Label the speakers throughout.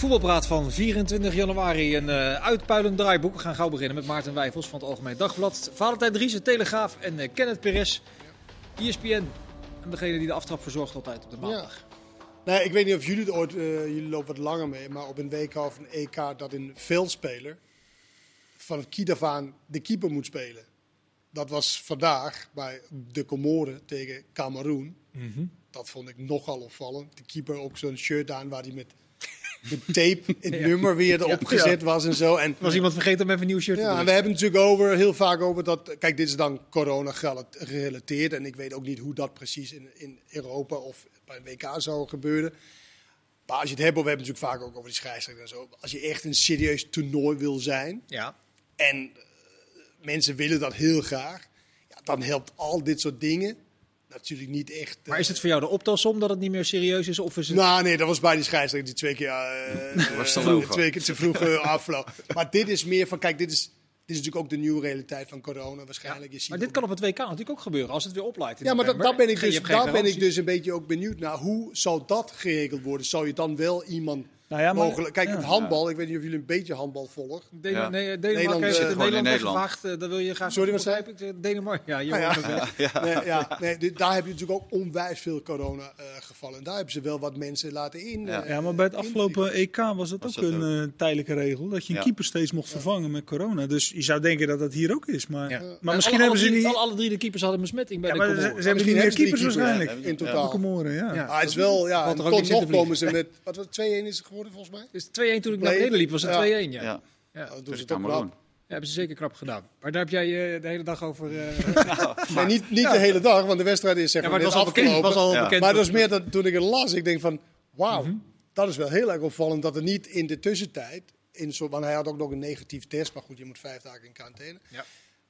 Speaker 1: voetbalpraat van 24 januari. Een uitpuilend draaiboek. We gaan gauw beginnen met Maarten Wijfels van het Algemeen Dagblad. Valentijn Driessen, Telegraaf en Kenneth Perez, ESPN. En degene die de aftrap verzorgt altijd op de maandag.
Speaker 2: Ja. Nee, ik weet niet of jullie het ooit, jullie lopen wat langer mee, maar op een WK of een EK dat een veldspeler van het kiet af aan de keeper moet spelen. Dat was vandaag bij de Comoren tegen Kameroen. Mm-hmm. Dat vond ik nogal opvallend. De keeper ook zo'n shirt aan waar hij met tape het nummer weer erop gezet was en zo. En
Speaker 1: was iemand vergeten om even een nieuw shirt te doen?
Speaker 2: Ja, en we hebben het natuurlijk heel vaak over dat. Kijk, dit is dan corona gerelateerd. En ik weet ook niet hoe dat precies in Europa of bij een WK zou gebeuren. Maar als je het hebt, we hebben het natuurlijk vaak ook over die scheidsrechter en zo. Als je echt een serieus toernooi wil zijn.
Speaker 1: Ja.
Speaker 2: En mensen willen dat heel graag. Ja, dan helpt al dit soort dingen natuurlijk niet echt.
Speaker 1: Maar is het voor jou de optelsom dat het niet meer serieus is? Of is het...
Speaker 2: Nou, nee, dat was bij die scheidsrechter die twee keer te vroeg afvloog. Maar dit is meer van, kijk, dit is natuurlijk ook de nieuwe realiteit van corona waarschijnlijk.
Speaker 1: Ja, maar dit kan op het WK natuurlijk ook gebeuren als het weer opleidt.
Speaker 2: Ja, maar daar ben ik dus een beetje ook benieuwd naar. Hoe zou dat geregeld worden? Zou je dan wel iemand mogelijk... Kijk, het handbal, ik weet niet of jullie een beetje handbal volgen.
Speaker 1: Nederland heeft gevraagd, dat wil je graag...
Speaker 2: Sorry, wat zei
Speaker 1: ik? Denemarken,
Speaker 2: daar heb je natuurlijk ook onwijs veel corona gevallen. En daar hebben ze wel wat mensen laten in.
Speaker 3: Ja, maar bij het afgelopen EK was dat ook een tijdelijke regel. Dat je een keeper steeds mocht vervangen met corona. Dus je zou denken dat dat hier ook is. Maar, maar misschien hebben ze niet...
Speaker 1: Alle drie de keepers hadden besmetting bij de Comoren.
Speaker 3: Ze hebben niet meer keepers waarschijnlijk.
Speaker 2: In totaal.
Speaker 3: De Comoren,
Speaker 2: het is wel... Ja, tot nog komen ze met... Wat was 2-1 is het geworden volgens mij?
Speaker 1: Is 2-1 toen ik naar beneden liep, was het 2-1,
Speaker 2: Ja. Dat doen ze toch knap.
Speaker 1: Ja, hebben ze zeker knap gedaan. Maar daar heb jij de hele dag over...
Speaker 2: Nee, niet de hele dag, want de wedstrijd is
Speaker 1: maar het was al bekend.
Speaker 2: Maar dat was meer dat toen ik het las, ik denk van... Wauw, dat is wel heel erg opvallend dat er niet in de tussentijd... want hij had ook nog een negatief test, maar goed, je moet 5 dagen in quarantaine. Ja.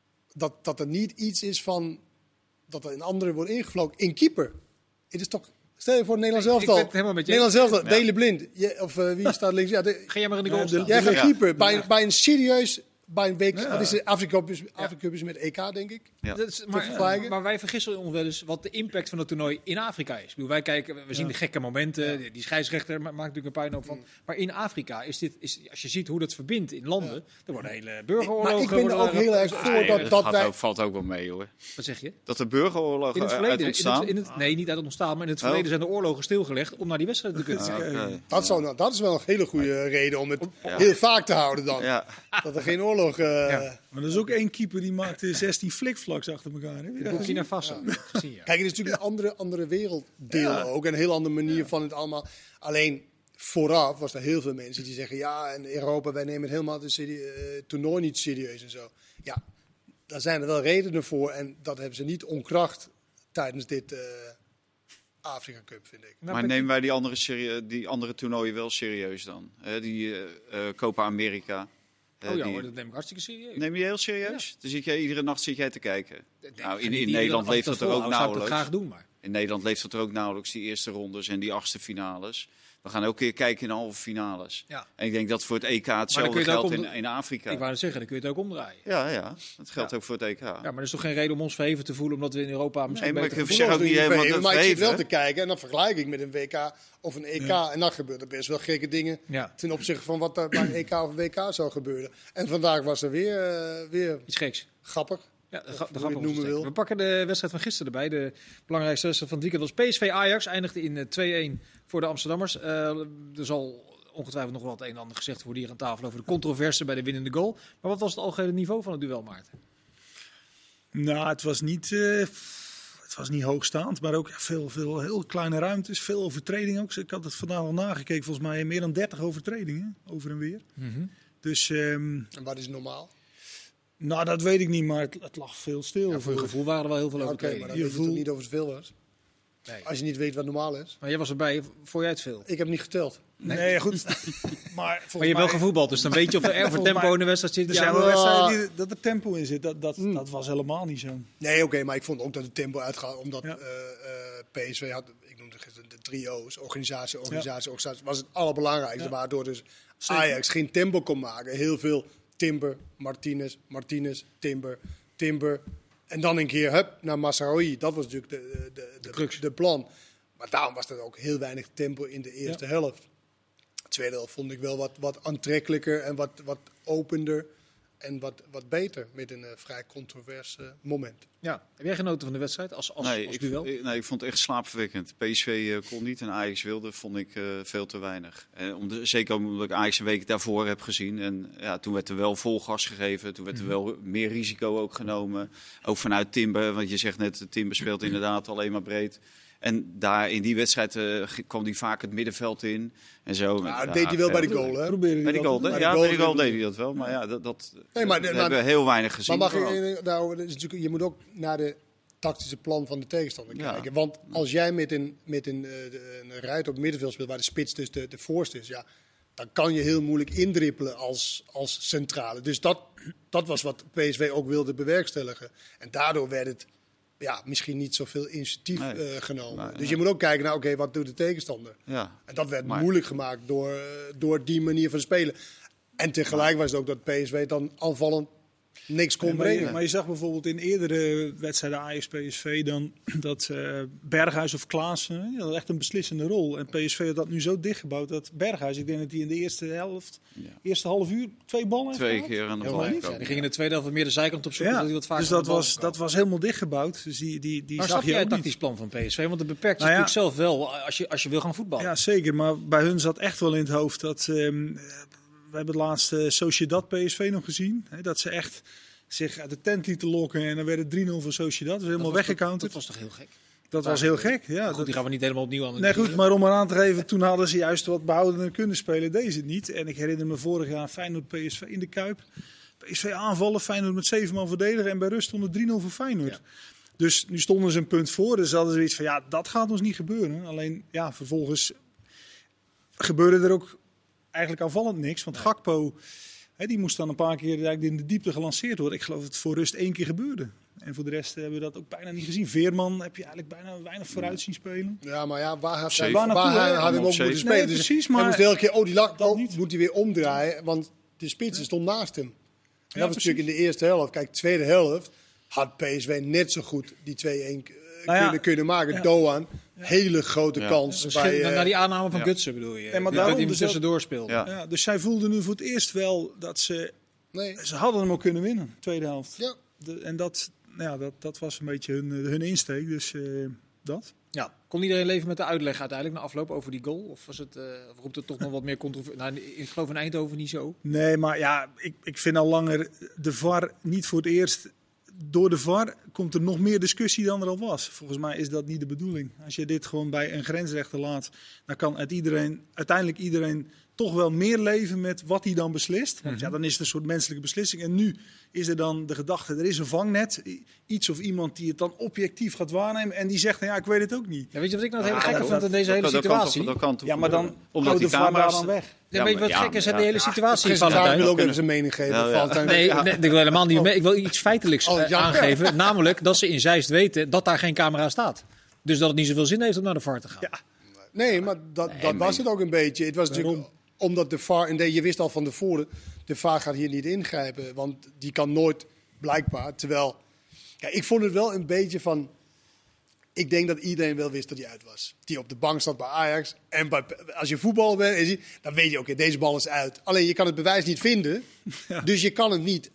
Speaker 2: Dat er niet iets is van... Dat er een andere wordt ingevlogen. In keeper. Het is toch... Stel je voor Nederlands elftal. Nederlands elftal, Dele Blind. Of wie staat links? Ja,
Speaker 1: ga jij maar in de goal staan.
Speaker 2: Jij gaat keeper. Bij een serieus... Bij een week, dat is de Afrika Cup is met EK, denk ik.
Speaker 1: Ja. Maar wij vergissen ons wel eens wat de impact van het toernooi in Afrika is. Ik bedoel, wij kijken, we zien de gekke momenten. Die scheidsrechter maakt natuurlijk een puinhoop van. Maar in Afrika is als je ziet hoe dat verbindt in landen, er worden hele burgeroorlogen.
Speaker 2: Maar ik ben er ook heel erg voor dat wij...
Speaker 4: valt ook wel mee, hoor.
Speaker 1: Wat zeg je?
Speaker 4: Dat de burgeroorlogen uit ontstaan?
Speaker 1: Nee, niet uit ontstaan, maar in het verleden zijn de oorlogen stilgelegd om naar die wedstrijden te kunnen.
Speaker 2: Dat is wel een hele goede reden om het heel vaak te houden dan. Dat er geen oorlog...
Speaker 3: Maar er is ook één keeper die maakte 16 flikvlaks achter elkaar.
Speaker 1: Burkina Faso.
Speaker 2: Kijk, het is natuurlijk een andere werelddeel ook. En een heel andere manier van het allemaal. Alleen vooraf was er heel veel mensen die zeggen... Ja, in Europa, wij nemen het helemaal het toernooi niet serieus en zo. Ja, daar zijn er wel redenen voor. En dat hebben ze niet onkracht tijdens dit Afrika Cup, vind ik.
Speaker 4: Maar nemen wij die andere toernooien wel serieus dan? Die Copa America...
Speaker 1: dat neem ik hartstikke serieus.
Speaker 4: Neem je heel serieus?
Speaker 1: Ja.
Speaker 4: Dus iedere nacht zit jij te kijken. In Nederland leeft het er ook nauwelijks.
Speaker 1: Graag doen, maar.
Speaker 4: In Nederland leeft het er ook nauwelijks, die eerste rondes en die 8e finales. We gaan elke keer kijken in de halve finales. Ja. En ik denk dat voor het EK hetzelfde geldt in Afrika.
Speaker 1: Ik wou het zeggen, dan kun je het ook omdraaien.
Speaker 4: Ja, dat geldt ook voor het EK.
Speaker 1: Ja, maar er is toch geen reden om ons verheven te voelen omdat we in Europa misschien beter
Speaker 4: ik zeg ook niet helemaal dat
Speaker 2: maar ik zit wel te kijken en dan vergelijk ik met een WK of een EK. Ja. En dan gebeuren er best wel gekke dingen ten opzichte van wat er bij een EK of een WK zou gebeuren. En vandaag was er weer
Speaker 1: iets geks.
Speaker 2: Grappig.
Speaker 1: Ja, we pakken de wedstrijd van gisteren erbij. De belangrijkste wedstrijd van het weekend was PSV-Ajax. Eindigde in 2-1 voor de Amsterdammers. Er zal ongetwijfeld nog wel het een en ander gezegd worden hier aan tafel over de controverse bij de winnende goal. Maar wat was het algehele niveau van het duel, Maarten?
Speaker 3: Nou, het was niet hoogstaand, maar ook veel heel kleine ruimtes. Veel overtredingen ook. Ik had het vandaag al nagekeken. Volgens mij meer dan 30 overtredingen over en weer. Mm-hmm. Dus,
Speaker 2: en wat is normaal?
Speaker 3: Nou, dat weet ik niet, maar het lag veel stil.
Speaker 1: Ja, voor je gevoel waren er wel heel veel overtredingen.
Speaker 2: Maar dan weet je toch niet of het veel was? Nee. Als je niet weet wat normaal is.
Speaker 1: Maar jij was erbij, vond jij het veel?
Speaker 2: Ik heb niet geteld.
Speaker 3: Nee goed.
Speaker 1: maar je hebt wel gevoetbald, dus dan weet je of er erg voor tempo in de wedstrijd zit.
Speaker 3: Er zijn wel wedstrijden dat er tempo in zit. Dat was helemaal niet zo.
Speaker 2: Nee, oké, maar ik vond ook dat het tempo uitgaat. Omdat PSV had, ik noemde het de trio's, organisatie, was het allerbelangrijkste. Ja. Waardoor dus Ajax geen tempo kon maken. Heel veel Timber, Martinez, Timber. En dan een keer naar Mazraoui. Dat was natuurlijk de plan. Maar daarom was er ook heel weinig tempo in de eerste helft. tweede helft vond ik wel wat aantrekkelijker en wat opender. En wat beter met een vrij controvers moment.
Speaker 1: Ja, heb jij genoten van de wedstrijd als duel?
Speaker 4: Ik vond het echt slaapverwekkend. PSV kon niet en Ajax wilde, vond ik veel te weinig. Zeker omdat ik Ajax een week daarvoor heb gezien. En ja, toen werd er wel vol gas gegeven. Toen werd er wel meer risico ook genomen. Ook vanuit Timber, want je zegt net, Timber speelt inderdaad alleen maar breed. En daar in die wedstrijd kwam hij vaak het middenveld in. En zo.
Speaker 2: Ja, dat deed hij wel bij de goal, hè?
Speaker 4: Bij de goal deed hij dat wel. Maar ja, we hebben heel weinig gezien. Maar
Speaker 2: je moet ook naar de tactische plan van de tegenstander kijken. Want als jij met een ruit op het middenveld speelt waar de spits dus de voorste is, dan kan je heel moeilijk indrippelen als centrale. Dus dat was wat PSV ook wilde bewerkstelligen. En daardoor werd het misschien niet zoveel initiatief genomen. Dus je moet ook kijken naar, wat doet de tegenstander? Ja. En dat werd moeilijk gemaakt door die manier van spelen. En tegelijk was het ook dat PSV dan aanvallend niks kon brengen.
Speaker 3: Maar je zag bijvoorbeeld in eerdere wedstrijden Ajax-PSV dan dat Berghuis of Klaassen had echt een beslissende rol. En PSV had dat nu zo dichtgebouwd dat Berghuis, ik denk dat hij in de eerste half uur 2 ballen heeft gehad.
Speaker 4: 2 keer aan de bal.
Speaker 1: Die ging in de tweede helft meer de zijkant op zoeken.
Speaker 3: Dus dat was helemaal dichtgebouwd. Dus
Speaker 1: maar zag je het tactisch plan van PSV? Want het beperkt zich natuurlijk zelf wel als je wil gaan voetballen.
Speaker 3: Ja, zeker. Maar bij hun zat echt wel in het hoofd dat... we hebben het laatste Sociedad PSV nog gezien. Hè, dat ze echt zich uit de tent lieten lokken. En dan werd het 3-0 voor Sociedad. Dat is helemaal weggecounterd.
Speaker 1: Dat was toch heel gek?
Speaker 3: Dat was heel gek, ja.
Speaker 1: Goed, die gaan we niet helemaal opnieuw aan.
Speaker 3: Nee, goed, maar om aan te geven, toen hadden ze juist wat behoudender kunnen spelen. Deze niet. En ik herinner me vorig jaar Feyenoord-PSV in de Kuip. PSV aanvallen, Feyenoord met 7 man verdedigen. En bij rust stonden 3-0 voor Feyenoord. Ja. Dus nu stonden ze een punt voor. Dus hadden ze zoiets van, dat gaat ons niet gebeuren. Alleen, vervolgens gebeurde er ook eigenlijk aanvallend niks. Want Gakpo, die moest dan een paar keer eigenlijk in de diepte gelanceerd worden. Ik geloof dat het voor rust 1 keer gebeurde. En voor de rest hebben we dat ook bijna niet gezien. Veerman heb je eigenlijk bijna weinig vooruit zien spelen.
Speaker 2: Ja, maar waar had hij hem ook moeten spelen?
Speaker 3: Nee, precies, maar
Speaker 2: hij moest elke keer, moet hij weer omdraaien. Want de spits stond naast hem. En dat was natuurlijk in de eerste helft. Kijk, tweede helft had PSV net zo goed die 2-1 kunnen maken. Ja. Doan, hele grote kans.
Speaker 1: Naar die aanname van Gutsen bedoel je? En maar daarom die hem tussendoor speelde.
Speaker 3: Ja, dus zij voelden nu voor het eerst wel dat ze hadden hem ook kunnen winnen, tweede helft. Ja. En dat was een beetje hun insteek, dus dat.
Speaker 1: Ja, kon iedereen leven met de uitleg uiteindelijk na afloop over die goal? Of was het, roept het toch nog wat meer controversie? Nou, ik geloof in Eindhoven niet zo.
Speaker 3: Nee, maar ik vind al langer de VAR niet voor het eerst. Door de VAR komt er nog meer discussie dan er al was. Volgens mij is dat niet de bedoeling. Als je dit gewoon bij een grensrechter laat, dan kan uiteindelijk iedereen toch wel meer leven met wat hij dan beslist. Want dan is het een soort menselijke beslissing. En nu is er dan de gedachte, er is een vangnet. Iets of iemand die het dan objectief gaat waarnemen. En die zegt, ik weet het ook niet.
Speaker 1: Ja, weet je wat ik nou het hele gekke vond in deze hele situatie?
Speaker 4: Dat kan toch,
Speaker 3: maar dan houdt de VAR daar dan weg.
Speaker 1: Ja, weet je wat gek is aan de hele situatie?
Speaker 2: Ik wil ook even zijn mening geven.
Speaker 1: Nee, ik wil helemaal niet mee. Ik wil iets feitelijks aangeven. Namelijk dat ze in Zeist weten dat daar geen camera staat. Dus dat het niet zoveel zin heeft om naar de VAR te gaan. Ja.
Speaker 2: Nee, maar dat was het ook een beetje. Het was natuurlijk omdat de VAR, en je wist al van tevoren, de VAR gaat hier niet ingrijpen. Want die kan nooit, blijkbaar. Terwijl, ik vond het wel een beetje van... Ik denk dat iedereen wel wist dat hij uit was. Die op de bank zat bij Ajax. En als je voetballer bent, dan weet je, deze bal is uit. Alleen je kan het bewijs niet vinden. Ja. Dus je kan het niet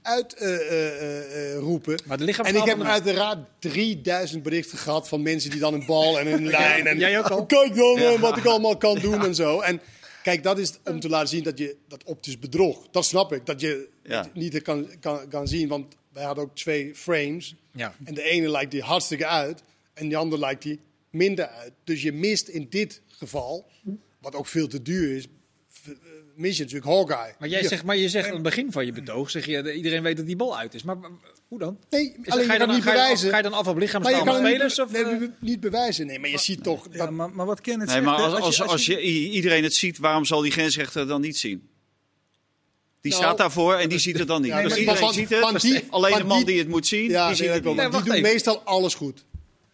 Speaker 2: uitroepen. En ik heb uiteraard 3000 berichten gehad van mensen die dan een bal en een lijn. En
Speaker 1: jij ook al?
Speaker 2: Kijk dan wat ik allemaal kan doen en zo. En kijk, dat is om te laten zien dat je dat optisch bedrog. Dat snap ik. Dat je het niet kan zien. Want wij hadden ook 2 frames. Ja. En de ene lijkt die hartstikke uit. En die andere lijkt die minder uit. Dus je mist in dit geval, wat ook veel te duur is, mis je natuurlijk Hawkeye.
Speaker 1: Maar je zegt aan het begin van je betoog, zeg je, iedereen weet dat die bal uit is. Maar hoe dan?
Speaker 2: Nee, alleen je kan niet bewijzen.
Speaker 1: Ga je dan af op lichaamstaal van spelers?
Speaker 2: Niet bewijzen. Nee, maar je ziet toch...
Speaker 3: Ja, maar wat Kenneth
Speaker 4: zegt... Maar als iedereen het ziet, waarom zal die grensrechter dan niet zien? Die staat daarvoor en die ziet het dan niet. Dus iedereen ziet het, alleen de man die het moet zien, die ziet het niet.
Speaker 2: Die doet meestal alles goed.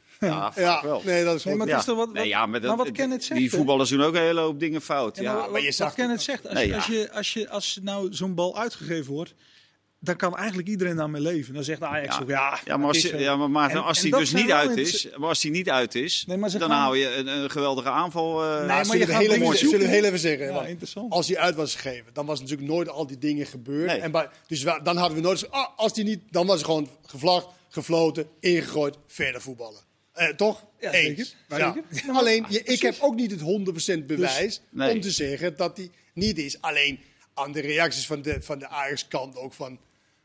Speaker 4: Wel.
Speaker 2: Nee, dat is goed.
Speaker 3: Maar wat Kenneth zegt...
Speaker 4: Die voetballers doen ook een hele hoop dingen fout.
Speaker 3: Maar wat Kenneth zegt, als nou zo'n bal uitgegeven wordt... dan kan eigenlijk iedereen daarmee leven. Dan zegt Ajax ook,
Speaker 4: maar als hij dus niet uit is, dan hou je een geweldige aanval.
Speaker 2: Maar zullen we heel even zeggen. Ja, interessant. Als hij uit was gegeven, dan was natuurlijk nooit al die dingen gebeurd. Nee. Dus dan hadden we nooit... als die niet, dan was het gewoon gevlagd, gefloten, ingegooid, verder voetballen. Toch?
Speaker 1: Ja, zeker.
Speaker 2: Ja. Alleen, ik heb ook niet het 100% bewijs om te zeggen dat hij niet is. Alleen aan de reacties van de Ajax-kant ook van...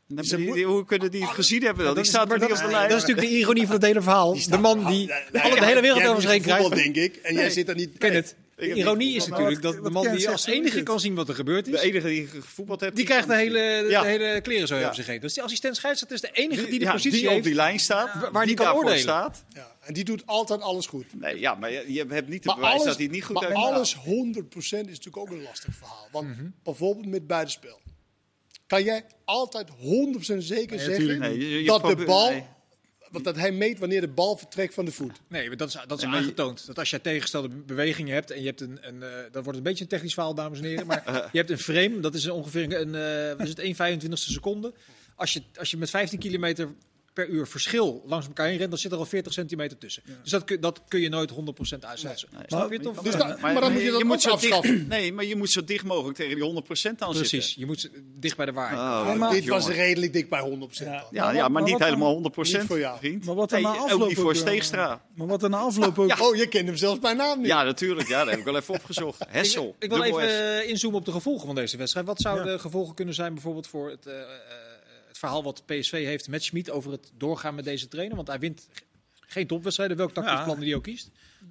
Speaker 4: Hoe kunnen die het gezien hebben dan? Die staat er niet op de lijn.
Speaker 1: Dat is natuurlijk de ironie van het hele verhaal. De man die de hele wereld over zich heen krijgt.
Speaker 2: Denk ik. En jij zit er niet...
Speaker 1: Ken het. De ironie is natuurlijk dat de man die als enige kan zien wat er gebeurd is...
Speaker 4: De enige die gevoetbald heeft...
Speaker 1: Die krijgt de hele kleren zo over zich heen. Dus die assistent scheidsrechter is de enige die de positie
Speaker 4: die
Speaker 1: heeft...
Speaker 4: op die lijn staat.
Speaker 1: Waar die kan oordelen. Staat.
Speaker 2: Ja, en die doet altijd alles goed.
Speaker 4: Nee, maar je hebt niet de bewijs dat hij het niet goed heeft gedaan.
Speaker 2: Maar alles 100% is natuurlijk ook een lastig verhaal. Want bijvoorbeeld met buitenspel. Kan jij altijd 100% zeker zeggen dat de bal... Want dat hij meet wanneer de bal vertrekt van de voet.
Speaker 1: Nee, maar dat is aangetoond. Dat als je tegengestelde bewegingen hebt en je hebt dat wordt een beetje een technisch verhaal, dames en heren. Maar je hebt een frame, dat is ongeveer een 1/25ste seconde. Als je met 15 kilometer per uur verschil langs elkaar heen rent, dan zit er al 40 centimeter tussen. Ja. Dus dat kun je nooit 100% uitsluiten. Nee. Snap je het? Of?
Speaker 2: Dus maar dan moet je dat ook afschaffen.
Speaker 4: Nee, maar je moet zo dicht mogelijk tegen die 100% aan zitten.
Speaker 1: Precies, je moet dicht bij de waarheid.
Speaker 2: Dit was redelijk dik bij 100%.
Speaker 4: Ja, maar niet helemaal 100%. Niet
Speaker 2: voor jou.
Speaker 4: Vriend.
Speaker 3: Maar wat er na afloop
Speaker 4: ook niet voor Steegstra.
Speaker 3: Maar wat er na afloop ook...
Speaker 2: Oh, je kent hem zelfs bij naam niet.
Speaker 4: Ja, natuurlijk. Ja, dat heb ik wel even opgezocht. Hessel.
Speaker 1: Ik wil even inzoomen op de gevolgen van deze wedstrijd. Wat zouden de gevolgen kunnen zijn bijvoorbeeld voor het verhaal wat PSV heeft met Schmid over het doorgaan met deze trainer? Want hij wint geen topwedstrijden, welk tactisch plan die ook kiest.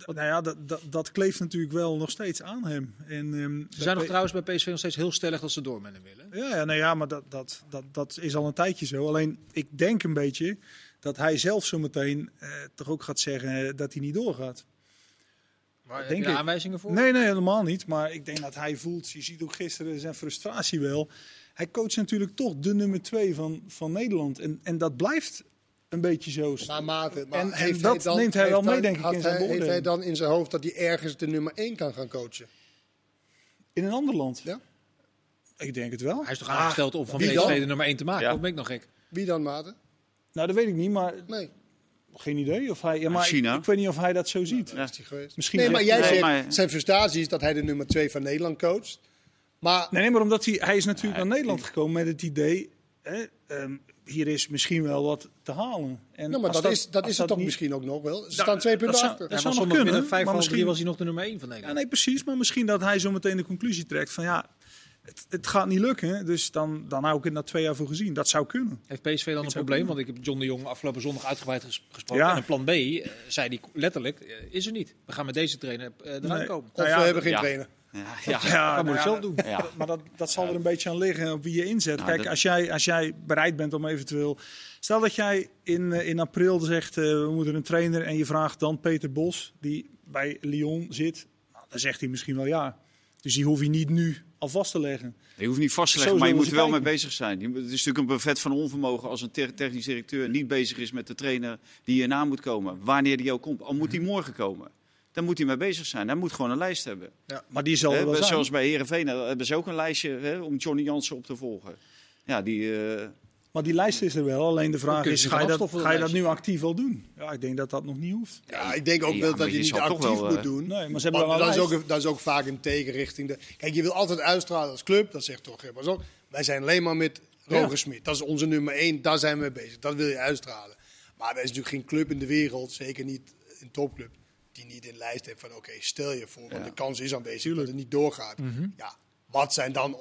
Speaker 3: Dat kleeft natuurlijk wel nog steeds aan hem. En,
Speaker 1: ze zijn nog trouwens bij PSV nog steeds heel stellig dat ze door met hem willen.
Speaker 3: Maar dat is al een tijdje zo. Alleen ik denk een beetje dat hij zelf zo meteen toch ook gaat zeggen dat hij niet doorgaat.
Speaker 1: Maar heb je er aanwijzingen voor?
Speaker 3: Nee, helemaal niet. Maar ik denk dat hij voelt, je ziet ook gisteren zijn frustratie wel. Hij coacht natuurlijk toch de nummer 2 van Nederland. En dat blijft een beetje zo.
Speaker 2: Maar
Speaker 3: dat neemt hij wel mee, denk ik, in zijn beoordeling.
Speaker 2: Heeft hij dan in zijn hoofd dat hij ergens de nummer 1 kan gaan coachen?
Speaker 3: In een ander land?
Speaker 2: Ja.
Speaker 3: Ik denk het wel.
Speaker 1: Hij is toch aangesteld om van PSV de nummer 1 te maken? Ja. Of ben ik nog gek?
Speaker 2: Wie dan, Maarten?
Speaker 3: Nou, dat weet ik niet, maar...
Speaker 2: Nee.
Speaker 3: Geen idee of hij... Ja, maar China. Ik weet niet of hij dat zo ziet.
Speaker 2: Ja. Is hij geweest?
Speaker 3: Misschien
Speaker 2: maar jij zegt, zijn frustratie is dat hij de nummer 2 van Nederland coacht. Maar...
Speaker 3: Nee, maar omdat hij is natuurlijk naar Nederland gekomen met het idee... hier is misschien wel wat te halen. En
Speaker 2: maar dat is het toch niet... misschien ook nog wel. Ze staan 2 punten achter.
Speaker 1: Dat zou nog kunnen. Binnen 5 van 3 was hij nog de nummer 1 van Nederland.
Speaker 3: Ja, nee, precies. Maar misschien dat hij zo meteen de conclusie trekt van het gaat niet lukken. Dus dan hou ik het na 2 jaar voor gezien. Dat zou kunnen.
Speaker 1: Heeft PSV dan een probleem? Want ik heb John de Jong afgelopen zondag uitgebreid gesproken. Ja. En plan B, zei hij letterlijk, is er niet. We gaan met deze trainer eruit komen.
Speaker 2: Of we hebben geen trainer.
Speaker 1: Dat moet ik zelf doen.
Speaker 3: Ja. Maar dat zal er een beetje aan liggen op wie je inzet. Nou, kijk, als jij bereid bent om eventueel... Stel dat jij in april zegt, we moeten een trainer... en je vraagt dan Peter Bos, die bij Lyon zit. Nou, dan zegt hij misschien wel ja. Dus die hoef je niet nu al vast te leggen.
Speaker 4: Je hoeft niet vast te leggen, maar je moet er wel mee bezig zijn. Het is natuurlijk een buffet van onvermogen als een technisch directeur... niet bezig is met de trainer die hierna moet komen. Wanneer die ook komt. Al moet hij morgen komen. Dan moet hij mee bezig zijn. Hij moet gewoon een lijst hebben.
Speaker 3: Ja, maar die zal er wel zijn.
Speaker 4: Zoals bij Heerenveen hebben ze ook een lijstje om Johnny Jansen op te volgen. Ja,
Speaker 3: maar die lijst is er wel. Alleen de vraag is, ga je dat nu actief wel doen? Ja, ik denk dat dat nog niet hoeft.
Speaker 2: Ja, ik denk ook wel dat je niet actief moet doen.
Speaker 3: Nee, maar ze hebben wel
Speaker 2: dat is ook vaak een tegenrichting. Kijk, je wil altijd uitstralen als club. Dat zegt toch, wij zijn alleen maar met Roger Schmid. Dat is onze nummer 1. Daar zijn we mee bezig. Dat wil je uitstralen. Maar er is natuurlijk geen club in de wereld, zeker niet een topclub, die niet in lijst heeft van stel je voor, want de kans is aanwezig dat het niet doorgaat. Mm-hmm. Ja, wat zijn dan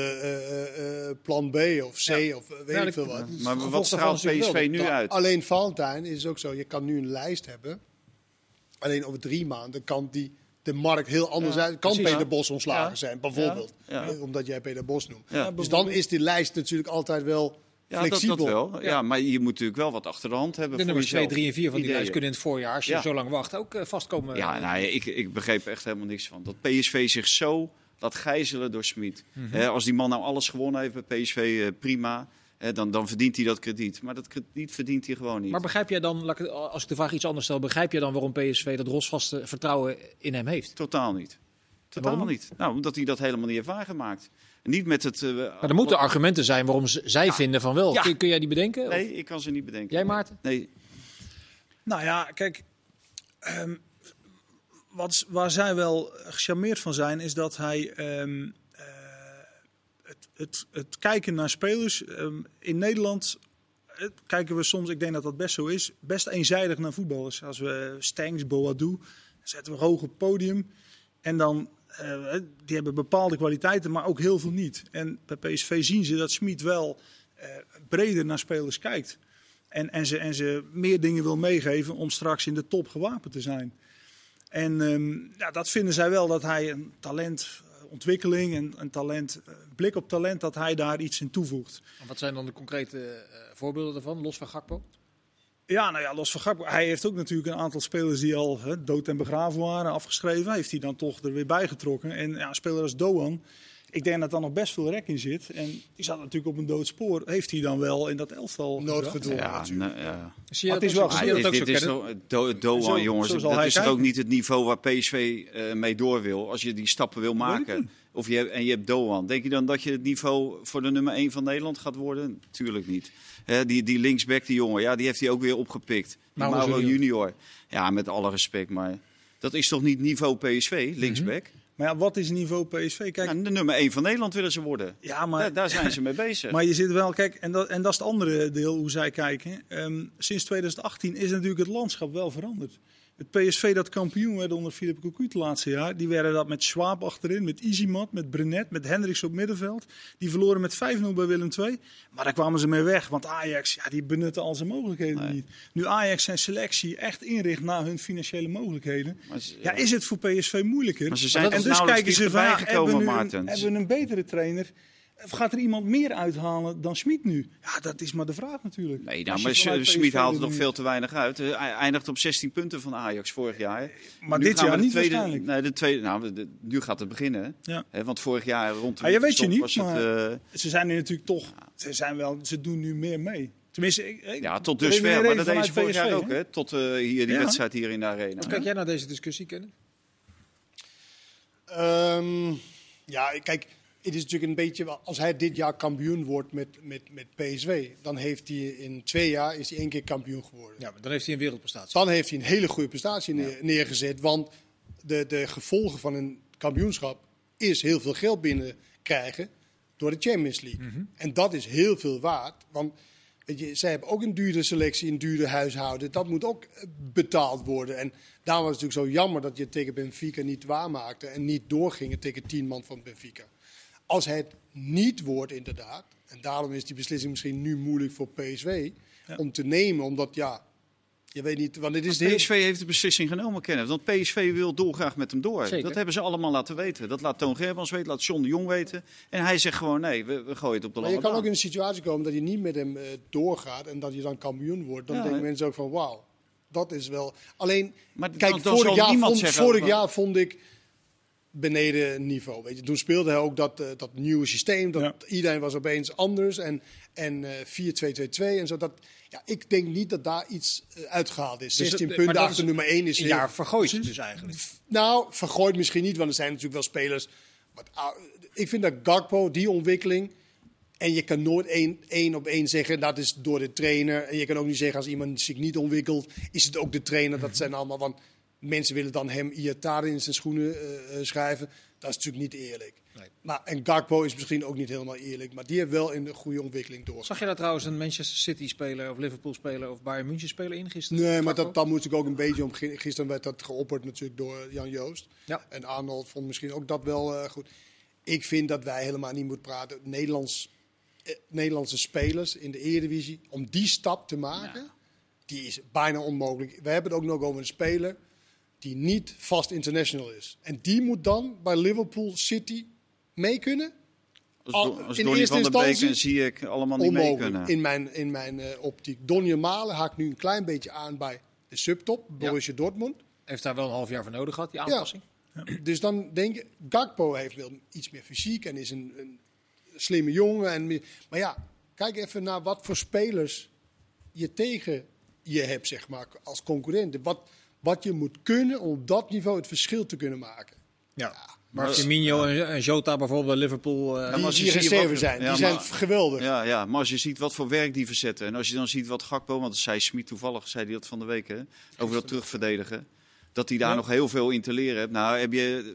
Speaker 2: onze plan B of C of weet ik veel wat.
Speaker 4: Maar wat straalt PSV nu uit?
Speaker 2: Alleen Valentijn is ook zo, je kan nu een lijst hebben. Alleen over 3 maanden kan de markt heel anders uit. Kan Peter Bos ontslagen zijn, bijvoorbeeld. Omdat jij Peter Bos noemt. Ja. Dus dan is die lijst natuurlijk altijd wel... flexibel.
Speaker 4: Dat wel. Ja, maar je moet natuurlijk wel wat achter de hand hebben.
Speaker 1: De nummers 2, 3 en 4 van die lijst kunnen in het voorjaar, als je zo lang wacht, ook vastkomen.
Speaker 4: Ja, ik begreep echt helemaal niks van. Dat PSV zich zo laat gijzelen door Schmid. Mm-hmm. Als die man nou alles gewonnen heeft bij PSV, prima. Dan verdient hij dat krediet. Maar dat krediet verdient hij gewoon niet.
Speaker 1: Maar begrijp jij dan, als ik de vraag iets anders stel, begrijp jij dan waarom PSV dat rotsvaste vertrouwen in hem heeft?
Speaker 4: Totaal niet. Totaal niet. Nou, omdat hij dat helemaal niet heeft waargemaakt. Niet met het...
Speaker 1: Maar er moeten argumenten zijn waarom zij vinden van wel. Ja. Kun jij die bedenken?
Speaker 4: Nee, ik kan ze niet bedenken.
Speaker 1: Jij, Maarten?
Speaker 4: Nee.
Speaker 3: Nou ja, kijk... waar zij wel gecharmeerd van zijn, is dat hij... Het kijken naar spelers... in Nederland... kijken we soms, ik denk dat dat best zo is, best eenzijdig naar voetballers. Als we Stengs, Boadou, zetten we hoog op het podium. En dan, die hebben bepaalde kwaliteiten, maar ook heel veel niet. En bij PSV zien ze dat Schmid wel breder naar spelers kijkt. En ze meer dingen wil meegeven om straks in de top gewapend te zijn. En dat vinden zij wel, dat hij een talentontwikkeling en een blik op talent, dat hij daar iets in toevoegt.
Speaker 1: En wat zijn dan de concrete voorbeelden daarvan, los van Gakpo?
Speaker 3: Ja, nou ja, los van Gakpo. Hij heeft ook natuurlijk een aantal spelers die al dood en begraven waren, afgeschreven. Heeft hij dan toch er weer bijgetrokken. En ja, een speler als Doan, ik denk dat daar nog best veel rek in zit. En die zat natuurlijk op een dood spoor. Heeft hij dan wel in dat elftal
Speaker 2: noodgedwongen?
Speaker 4: Ja.
Speaker 1: Het is wel
Speaker 4: Doan, jongens. Dat is toch ook niet het niveau waar PSV mee door wil. Als je die stappen wil maken. Je hebt Doan. Denk je dan dat je het niveau voor de nummer 1 van Nederland gaat worden? Tuurlijk niet. Die linksback, die jongen, die heeft hij ook weer opgepikt. Mauro Junior. Ja, met alle respect. Maar dat is toch niet niveau PSV, linksback?
Speaker 3: Mm-hmm. Maar ja, wat is niveau PSV? Kijk,
Speaker 4: de nummer 1 van Nederland willen ze worden. Ja, maar daar zijn ze mee bezig.
Speaker 3: Maar je zit wel, kijk, en dat is het andere deel hoe zij kijken. Sinds 2018 is natuurlijk het landschap wel veranderd. Het PSV dat kampioen werd onder Philippe Cocu het laatste jaar, die werden dat met Schwab achterin, met Izimat, met Brenet, met Hendricks op middenveld. Die verloren met 5-0 bij Willem II. Maar daar kwamen ze mee weg, want Ajax, die benutten al zijn mogelijkheden niet. Nu Ajax zijn selectie echt inricht naar hun financiële mogelijkheden, is het voor PSV moeilijker.
Speaker 4: Maar ze zijn
Speaker 3: en dus kijken ze van, hebben we een betere trainer? Of gaat er iemand meer uithalen dan Schmid nu? Ja, dat is maar de vraag natuurlijk.
Speaker 4: Nee, maar Schmid haalt er nog veel te weinig uit. Hij eindigt op 16 punten van Ajax vorig jaar.
Speaker 3: Maar nu dit jaar niet waarschijnlijk.
Speaker 4: Nee, nu gaat het beginnen. Ja. Want vorig jaar rond de
Speaker 3: je weet je niet, maar ze zijn nu natuurlijk toch... Ze doen nu meer mee. Tenminste,
Speaker 4: tot dusver. Maar dat deed ze vorig jaar ook. Hè? Tot die wedstrijd hier in de arena.
Speaker 1: Hoe kijk jij naar deze discussie, Kennen?
Speaker 2: Kijk... Het is natuurlijk een beetje, als hij dit jaar kampioen wordt met PSV, dan heeft hij in 2 jaar is hij 1 keer kampioen geworden.
Speaker 1: Ja, maar dan heeft hij een wereldprestatie.
Speaker 2: Dan heeft hij een hele goede prestatie neergezet, want de gevolgen van een kampioenschap is heel veel geld binnenkrijgen door de Champions League. Mm-hmm. En dat is heel veel waard, want zij hebben ook een dure selectie, een dure huishouden. Dat moet ook betaald worden. En daarom was het natuurlijk zo jammer dat je tegen Benfica niet waarmaakte en niet doorgingen tegen 10 man van Benfica. Als het niet wordt inderdaad, en daarom is die beslissing misschien nu moeilijk voor PSV om te nemen, omdat je weet niet, want het is
Speaker 4: PSV heeft de beslissing genomen, Kenneth, want PSV wil dolgraag met hem door.
Speaker 1: Zeker.
Speaker 4: Dat hebben ze allemaal laten weten. Dat laat Toon Gerbrands weten, laat John de Jong weten. En hij zegt gewoon nee, we gooien het op de lange baan.
Speaker 2: Je kan ook in een situatie komen dat je niet met hem doorgaat en dat je dan kampioen wordt. Dan denken mensen ook van wauw, dat is wel... Alleen,
Speaker 4: maar
Speaker 2: kijk, vorig jaar vond ik beneden niveau. Weet je. Toen speelde hij ook dat nieuwe systeem. Iedereen was opeens anders. En 4-2-2-2 en zo. Ik denk niet dat daar iets uitgehaald is. 16 punten achter nummer 1 is...
Speaker 1: Een jaar vergooid dus eigenlijk.
Speaker 2: Nou, vergooid misschien niet. Want er zijn natuurlijk wel spelers... Ik vind dat Gakpo, die ontwikkeling... En je kan nooit 1 op 1 zeggen, dat is door de trainer. En je kan ook niet zeggen, als iemand zich niet ontwikkelt... is het ook de trainer. Dat zijn allemaal... Want mensen willen dan hem Iataren in zijn schoenen schrijven. Dat is natuurlijk niet eerlijk. Nee. En Gakpo is misschien ook niet helemaal eerlijk. Maar die heeft wel een goede ontwikkeling door.
Speaker 1: Zag je daar trouwens een Manchester City speler of Liverpool speler of Bayern München speler in gisteren?
Speaker 2: Nee, maar dat moest ik ook een beetje om. Gisteren werd dat geopperd natuurlijk door Jan Joost. Ja. En Arnold vond misschien ook dat wel goed. Ik vind dat wij helemaal niet moeten praten. Nederlandse spelers in de Eredivisie, om die stap te maken, die is bijna onmogelijk. We hebben het ook nog over een speler die niet vast international is. En die moet dan bij Liverpool City mee kunnen?
Speaker 4: Als Donny van der Beek en zie ik allemaal niet mee kunnen.
Speaker 2: In mijn optiek. Donny Malen haakt nu een klein beetje aan bij de subtop, Borussia Dortmund.
Speaker 1: Heeft daar wel een half jaar voor nodig gehad, die aanpassing.
Speaker 2: Ja. Dus dan denk je, Gakpo heeft wel iets meer fysiek en is een slimme jongen. Maar kijk even naar wat voor spelers je tegen je hebt, zeg maar, als concurrent. Wat je moet kunnen om op dat niveau het verschil te kunnen maken.
Speaker 1: Ja. Maar Firmino en Jota bijvoorbeeld bij Liverpool...
Speaker 2: die reserve zijn. Die zijn geweldig.
Speaker 4: Ja, maar als je ziet wat voor werk die verzetten. En als je dan ziet wat Gakpo, want dat zei Schmid toevallig, zei hij dat van de week, hè, over dat terugverdedigen. Dat hij daar nog heel veel in te leren heeft. Nou, heb je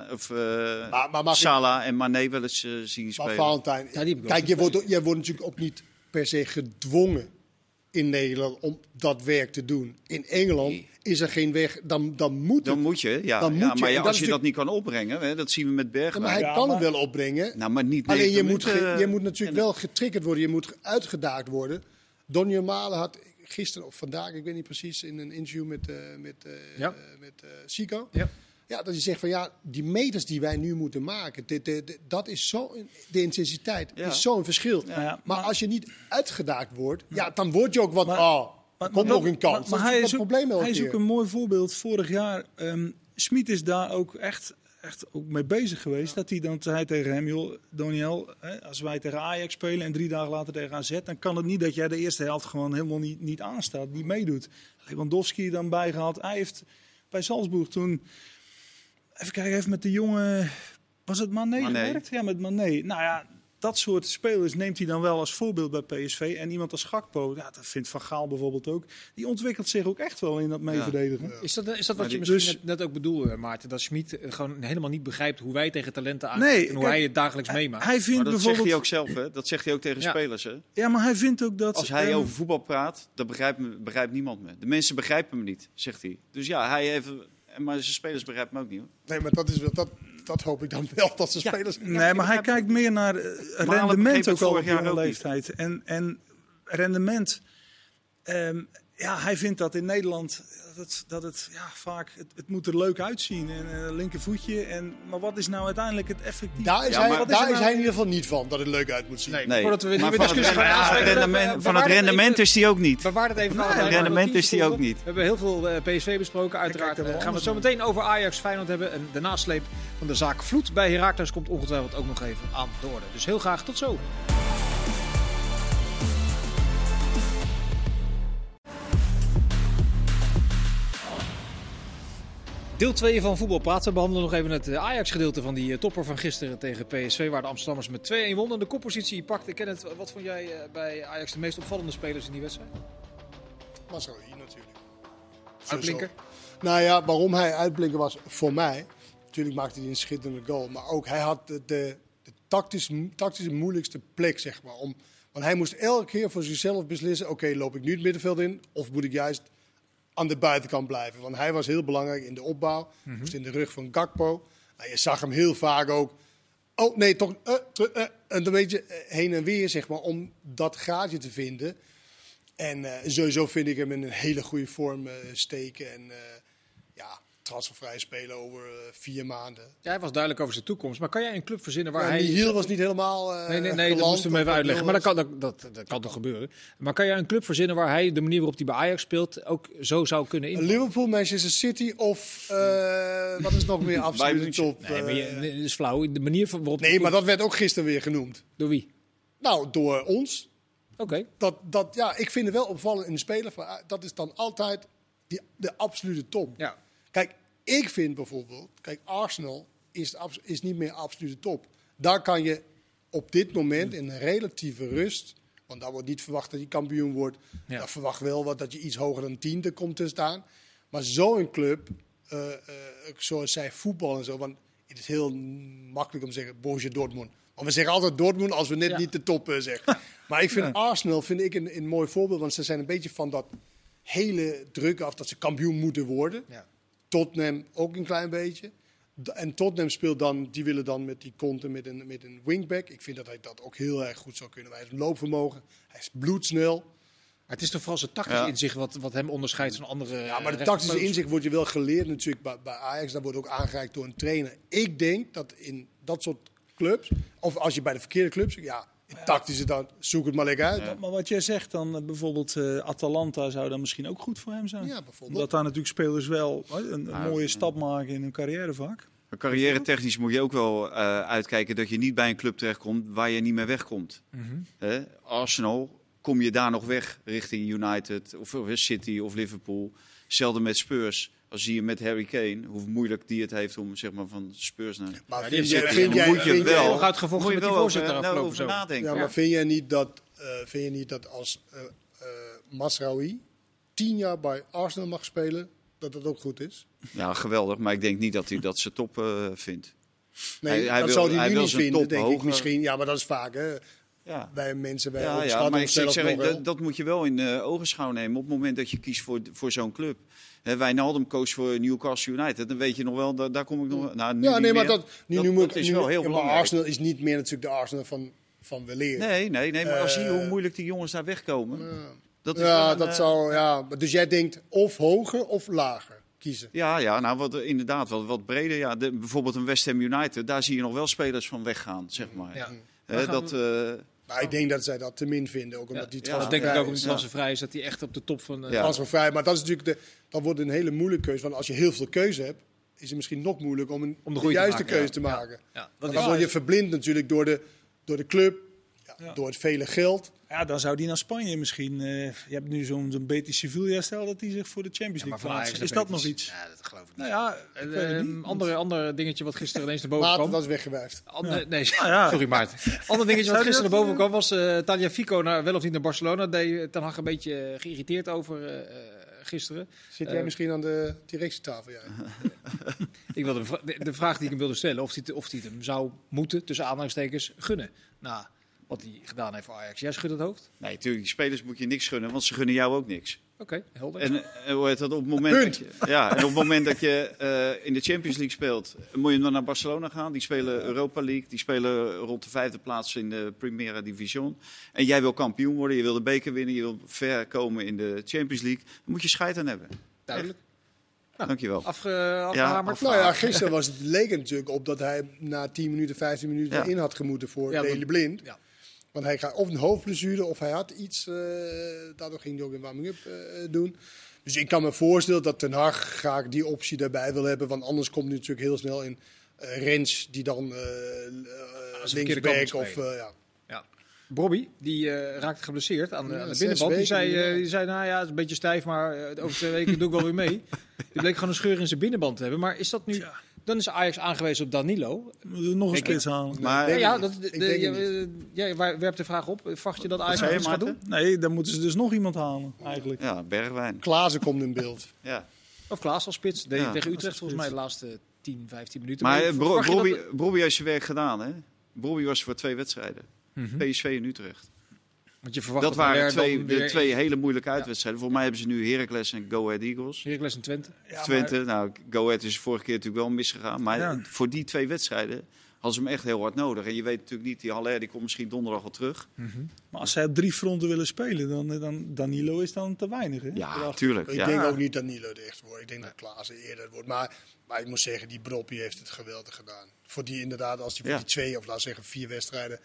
Speaker 4: Salah en Mané wel eens zien spelen.
Speaker 2: Maar Valentijn, kijk, je wordt natuurlijk ook niet per se gedwongen in Nederland om dat werk te doen. In Engeland is er geen weg, dan moet het.
Speaker 4: Dan moet je, ja. Maar als je dat niet kan opbrengen, hè, dat zien we met Bergwijn.
Speaker 2: Maar hij kan het wel opbrengen.
Speaker 4: Nou, maar niet.
Speaker 2: Alleen je moet natuurlijk wel getriggerd worden, je moet uitgedaagd worden. Donny Malen had gisteren of vandaag, ik weet niet precies, in een interview met Sico. Ja, dat je zegt van die meters die wij nu moeten maken, dat is zo, de intensiteit is zo'n verschil. Ja, maar als je niet uitgedaagd wordt, dan word je ook wat, komt nog een kans.
Speaker 3: Maar hij is ook een mooi voorbeeld. Vorig jaar, Schmid is daar ook echt ook mee bezig geweest. Dat hij dan zei tegen hem, joh, Doniel, als wij tegen Ajax spelen en 3 dagen later tegen AZ, dan kan het niet dat jij de eerste helft gewoon helemaal niet aanstaat, niet meedoet. Lewandowski dan bijgehaald. Hij heeft bij Salzburg toen... Even kijken, even met de jongen... Was het Mané gewerkt? Ja, met Mané. Nou ja, dat soort spelers neemt hij dan wel als voorbeeld bij PSV. En iemand als Gakpo, dat vindt Van Gaal bijvoorbeeld ook. Die ontwikkelt zich ook echt wel in dat meeverdedigen.
Speaker 1: Ja. Is dat wat je misschien net ook bedoelde, Maarten? Dat Schmid gewoon helemaal niet begrijpt hoe wij tegen talenten aankijken en hoe hij het dagelijks meemaakt.
Speaker 4: Hij vindt dat zegt hij ook zelf, hè? Dat zegt hij ook tegen spelers, hè?
Speaker 3: Ja, maar hij vindt ook dat...
Speaker 4: Als hij over voetbal praat, dan begrijpt niemand me. De mensen begrijpen me niet, zegt hij. Dus ja, hij heeft... Maar zijn spelers begrijpen hem ook niet, hoor.
Speaker 2: Nee, maar dat is wel... Dat hoop ik dan wel, dat zijn spelers...
Speaker 3: Nee, maar hij kijkt meer naar rendement ook al op jonge leeftijd. En rendement... hij vindt dat in Nederland dat het vaak... Het moet er leuk uitzien. En linkervoetje. Maar wat is nou uiteindelijk het effectief?
Speaker 2: Daar is hij in ieder geval niet van, dat het leuk uit moet zien.
Speaker 4: Nee. Voordat we nieuwe discussie van het rendement is hij ook niet.
Speaker 1: Bewaar het even.
Speaker 4: Het rendement is hij ook niet.
Speaker 1: We hebben heel veel PSV besproken. Uiteraard gaan we het zo meteen over Ajax Feyenoord hebben. En de nasleep van de zaak Vloed bij Heracles komt ongetwijfeld ook nog even aan de orde. Dus heel graag tot zo. Deel 2 van Voetbal Praat. We behandelen nog even het Ajax-gedeelte van die topper van gisteren tegen PSV, waar de Amsterdammers met 2-1 wonnen. De koppositie pakte. Kenneth, wat vond jij bij Ajax de meest opvallende spelers in die wedstrijd?
Speaker 2: Masraoui natuurlijk.
Speaker 1: Uitblinker?
Speaker 2: Nou ja, waarom hij uitblinker was voor mij. Natuurlijk maakte hij een schitterende goal. Maar ook hij had de tactisch moeilijkste plek, zeg maar. Want hij moest elke keer voor zichzelf beslissen. Oké, loop ik nu het middenveld in? Of moet ik juist aan de buitenkant blijven? Want hij was heel belangrijk in de opbouw. Moest in de rug van Gakpo. Nou, je zag hem heel vaak ook. Oh nee, toch een beetje heen en weer, zeg maar. Om dat gaatje te vinden. En sowieso vind ik hem in een hele goede vorm steken. En transfervrij spelen over 4 maanden.
Speaker 1: Ja, hij was duidelijk over zijn toekomst. Maar kan jij een club verzinnen waar hij...
Speaker 2: Michiel was niet helemaal
Speaker 1: Nee, dat moesten we even uitleggen. Maar dat kan toch gebeuren. Maar kan jij een club verzinnen waar hij de manier waarop hij bij Ajax speelt ook zo zou kunnen invallen?
Speaker 2: Liverpool, Manchester City of wat is nog meer absoluut top?
Speaker 1: Nee, maar dat is flauw. De manier waarop...
Speaker 2: Nee, maar dat werd ook gisteren weer genoemd.
Speaker 1: Door wie?
Speaker 2: Nou, door ons.
Speaker 1: Oké.
Speaker 2: Ik vind het wel opvallend in de speler. Dat is dan altijd de absolute top.
Speaker 1: Ja.
Speaker 2: Kijk, ik vind bijvoorbeeld... Kijk, Arsenal is niet meer absolute top. Daar kan je op dit moment in een relatieve rust... Want daar wordt niet verwacht dat je kampioen wordt. Ja. Daar verwacht wel wat dat je iets hoger dan 10e komt te staan. Maar zo'n club, zoals zij voetbal en zo... Want het is heel makkelijk om te zeggen, Borussia Dortmund. Want we zeggen altijd Dortmund als we net niet de top zeggen. Maar ik vind Arsenal een mooi voorbeeld. Want ze zijn een beetje van dat hele druk af dat ze kampioen moeten worden. Ja. Tottenham ook een klein beetje. En Tottenham speelt dan, die willen dan met die Conte met een wingback. Ik vind dat hij dat ook heel erg goed zou kunnen. Hij heeft een loopvermogen, hij is bloedsnel.
Speaker 1: Maar het is toch vooral zijn tactische inzicht wat hem onderscheidt van andere...
Speaker 2: Ja, maar de tactische inzicht wordt je wel geleerd natuurlijk bij Ajax. Dat wordt ook aangereikt door een trainer. Ik denk dat in dat soort clubs, of als je bij de verkeerde clubs... Ja, tactische dan zoek het maar lekker uit.
Speaker 3: Ja. Maar wat jij zegt dan, bijvoorbeeld Atalanta zou dan misschien ook goed voor hem zijn.
Speaker 2: Ja, bijvoorbeeld.
Speaker 3: Omdat daar natuurlijk spelers wel een mooie stap maken in hun carrière vaak.
Speaker 4: Carrière-technisch moet je ook wel uitkijken dat je niet bij een club terechtkomt waar je niet meer wegkomt. Arsenal, kom je daar nog weg richting United of City of Liverpool. Hetzelfde met Spurs. Als zie je met Harry Kane, hoe moeilijk die het heeft om zeg maar, van Spurs naar...
Speaker 2: Maar
Speaker 1: Ja,
Speaker 2: vind
Speaker 1: die
Speaker 2: jij,
Speaker 1: heeft-
Speaker 2: vind jij,
Speaker 4: moet je
Speaker 2: vind
Speaker 4: wel-
Speaker 2: jij-
Speaker 1: Nog uitgevochten met die voorzitter afgelopen
Speaker 4: over
Speaker 1: zo.
Speaker 4: nadenken.
Speaker 2: ja, maar vind je niet dat als Mazraoui 10 jaar bij Arsenal mag spelen, dat dat ook goed is?
Speaker 4: Ja, geweldig. Maar ik denk niet dat hij dat ze top vindt.
Speaker 2: Nee,
Speaker 4: Hij
Speaker 2: dat
Speaker 4: wil-
Speaker 2: zou hij
Speaker 4: hij
Speaker 2: nu
Speaker 4: wil
Speaker 2: niet
Speaker 4: zijn
Speaker 2: vinden,
Speaker 4: top
Speaker 2: denk ik
Speaker 4: hoger.
Speaker 2: misschien. Ja, maar dat is vaak, hè.
Speaker 4: Ja.
Speaker 2: Bij mensen, wij
Speaker 4: Ja,
Speaker 2: overschatten
Speaker 4: maar ik
Speaker 2: onszelf
Speaker 4: zeg,
Speaker 2: nog wel.
Speaker 4: dat moet je wel in ogenschouw nemen op het moment dat je kiest voor zo'n club. Wijnaldum koos voor Newcastle United. Dan weet je nog wel, daar kom ik nog... Nou, nu
Speaker 2: Ja,
Speaker 4: niet
Speaker 2: nee, maar
Speaker 4: meer.
Speaker 2: dat noem ik...
Speaker 4: is wel heel
Speaker 2: maar
Speaker 4: belangrijk.
Speaker 2: Arsenal is niet meer natuurlijk de Arsenal van weleer.
Speaker 4: Nee, maar als zie je hoe moeilijk die jongens daar wegkomen. Dat is wel
Speaker 2: Ja,
Speaker 4: een,
Speaker 2: dat zou... Ja, dus jij denkt of hoger of lager kiezen.
Speaker 4: Ja, nou inderdaad wat breder. Ja, bijvoorbeeld een West Ham United, daar zie je nog wel spelers van weggaan, zeg maar.
Speaker 1: Ja.
Speaker 2: Maar ik denk dat zij dat te min vinden. Ook omdat die
Speaker 1: Dat denk ik
Speaker 2: transfervrij
Speaker 1: ook, omdat
Speaker 2: is.
Speaker 1: hij transfervrij is, dat hij echt op de top van...
Speaker 4: Ja.
Speaker 2: Transfervrij. Maar dat is natuurlijk dan wordt het een hele moeilijke keuze. Want als je heel veel keuze hebt, is het misschien nog moeilijk om
Speaker 1: de
Speaker 2: de
Speaker 1: goede
Speaker 2: juiste
Speaker 1: te maken,
Speaker 2: keuze
Speaker 1: ja.
Speaker 2: te maken.
Speaker 1: Ja, dat
Speaker 2: Want
Speaker 1: is
Speaker 2: dan word je verblind natuurlijk door de club, door het vele geld.
Speaker 3: Ja, dan zou die naar Spanje misschien. Je hebt nu zo'n Betis Sevilla, stel dat die zich voor de Champions
Speaker 1: maar
Speaker 3: League
Speaker 1: voor
Speaker 3: plaatst.
Speaker 1: Ajax
Speaker 3: Is dat
Speaker 1: Betis-
Speaker 3: nog iets?
Speaker 1: Ja, dat geloof ik niet.
Speaker 3: Nou ja, ik weet het niet.
Speaker 1: Ander dingetje wat gisteren ineens naar boven
Speaker 2: Maarten,
Speaker 1: kwam.
Speaker 2: dat is weggewijfd.
Speaker 1: Nee,
Speaker 3: ja.
Speaker 1: sorry Maarten. Ander dingetje wat
Speaker 3: Zou
Speaker 1: gisteren
Speaker 3: dat,
Speaker 1: naar boven kwam was Tagliafico wel of niet naar Barcelona. Deed Ten Hag een beetje geïrriteerd over gisteren.
Speaker 2: Zit jij misschien aan de directietafel? Ja.
Speaker 1: Ik wilde de vraag die ik hem wilde stellen, of hij het hem zou moeten, tussen aanhalingstekens, gunnen. Nou, wat hij gedaan heeft voor Ajax. Jij schudt het hoofd?
Speaker 4: Nee, natuurlijk, die spelers moet je niks gunnen, want ze gunnen jou ook niks.
Speaker 1: Oké, helder.
Speaker 4: En hoe heet dat op het moment
Speaker 2: Punt.
Speaker 4: en op het moment dat je in de Champions League speelt, moet je dan naar Barcelona gaan. Die spelen Europa League, die spelen rond de 5e plaats in de Primera Division. En jij wil kampioen worden, je wil de beker winnen, je wil ver komen in de Champions League. Dan moet je scheid aan hebben.
Speaker 1: Duidelijk.
Speaker 4: Dankjewel.
Speaker 1: Afgehamerd.
Speaker 2: Nou ja, gisteren leek het natuurlijk op dat hij na 10 minuten, 15 minuten
Speaker 4: Ja.
Speaker 2: in had gemoeten voor
Speaker 1: Ja,
Speaker 2: Daley Blind.
Speaker 1: Ja.
Speaker 2: Want hij gaat of een hoofdblessure of hij had iets. Daardoor ging hij ook een warming-up doen. Dus ik kan me voorstellen dat Ten Hag graag die optie daarbij wil hebben. Want anders komt hij natuurlijk heel snel in Rens die dan
Speaker 1: verkeerde kant
Speaker 2: linksback
Speaker 1: moet
Speaker 2: of...
Speaker 1: spelen. Bobby, die raakte geblesseerd aan de
Speaker 2: 6
Speaker 1: binnenband. Die
Speaker 2: weken,
Speaker 1: die zei, nou ja, het is een beetje stijf, maar over 2 weken doe ik wel weer mee. Die bleek gewoon een scheur in zijn binnenband te hebben. Maar is dat nu... Dan is Ajax aangewezen op Danilo.
Speaker 3: Moeten we nog een spits halen?
Speaker 4: Maar
Speaker 2: denk het niet. Ik denk het
Speaker 1: jij werpt de vraag op. Verwacht je dat Ajax
Speaker 4: zei je,
Speaker 1: iets gaat doen?
Speaker 4: Maarten?
Speaker 3: Nee, dan moeten ze dus nog iemand halen, eigenlijk.
Speaker 4: Ja, Bergwijn.
Speaker 2: Klaassen komt in beeld.
Speaker 4: Ja.
Speaker 1: Of Klaas als spits. Deed
Speaker 4: Ja,
Speaker 1: tegen
Speaker 3: als
Speaker 1: Utrecht volgens mij de laatste 10, 15 minuten.
Speaker 4: Maar
Speaker 1: verwacht je dat-
Speaker 4: Bobby heeft zijn werk gedaan, hè? Bobby was voor 2 wedstrijden. PSV en Utrecht.
Speaker 1: Want je verwacht
Speaker 4: Dat waren
Speaker 1: Haller dan weer
Speaker 4: twee hele moeilijke uitwedstrijden. Volgens mij hebben ze nu Heracles en Go Ahead Eagles.
Speaker 1: Heracles en Twente.
Speaker 3: Ja,
Speaker 4: Twente, nou, Go Ahead is de vorige keer natuurlijk wel misgegaan. Maar
Speaker 3: Ja.
Speaker 4: voor die 2 wedstrijden hadden ze hem echt heel hard nodig. En je weet natuurlijk niet, die Haller die komt misschien donderdag al terug.
Speaker 3: Maar als zij op 3 fronten willen spelen, dan Danilo is dan te weinig. Hè?
Speaker 4: Ja, tuurlijk.
Speaker 2: Ik
Speaker 4: Ja.
Speaker 2: denk ook niet dat Danilo het echt wordt. Ik denk dat Klaassen eerder het wordt. Maar ik moet zeggen, die Broppie heeft het geweldig gedaan. Voor die inderdaad, als hij voor
Speaker 4: Ja.
Speaker 2: die 2 of laten we zeggen 4 wedstrijden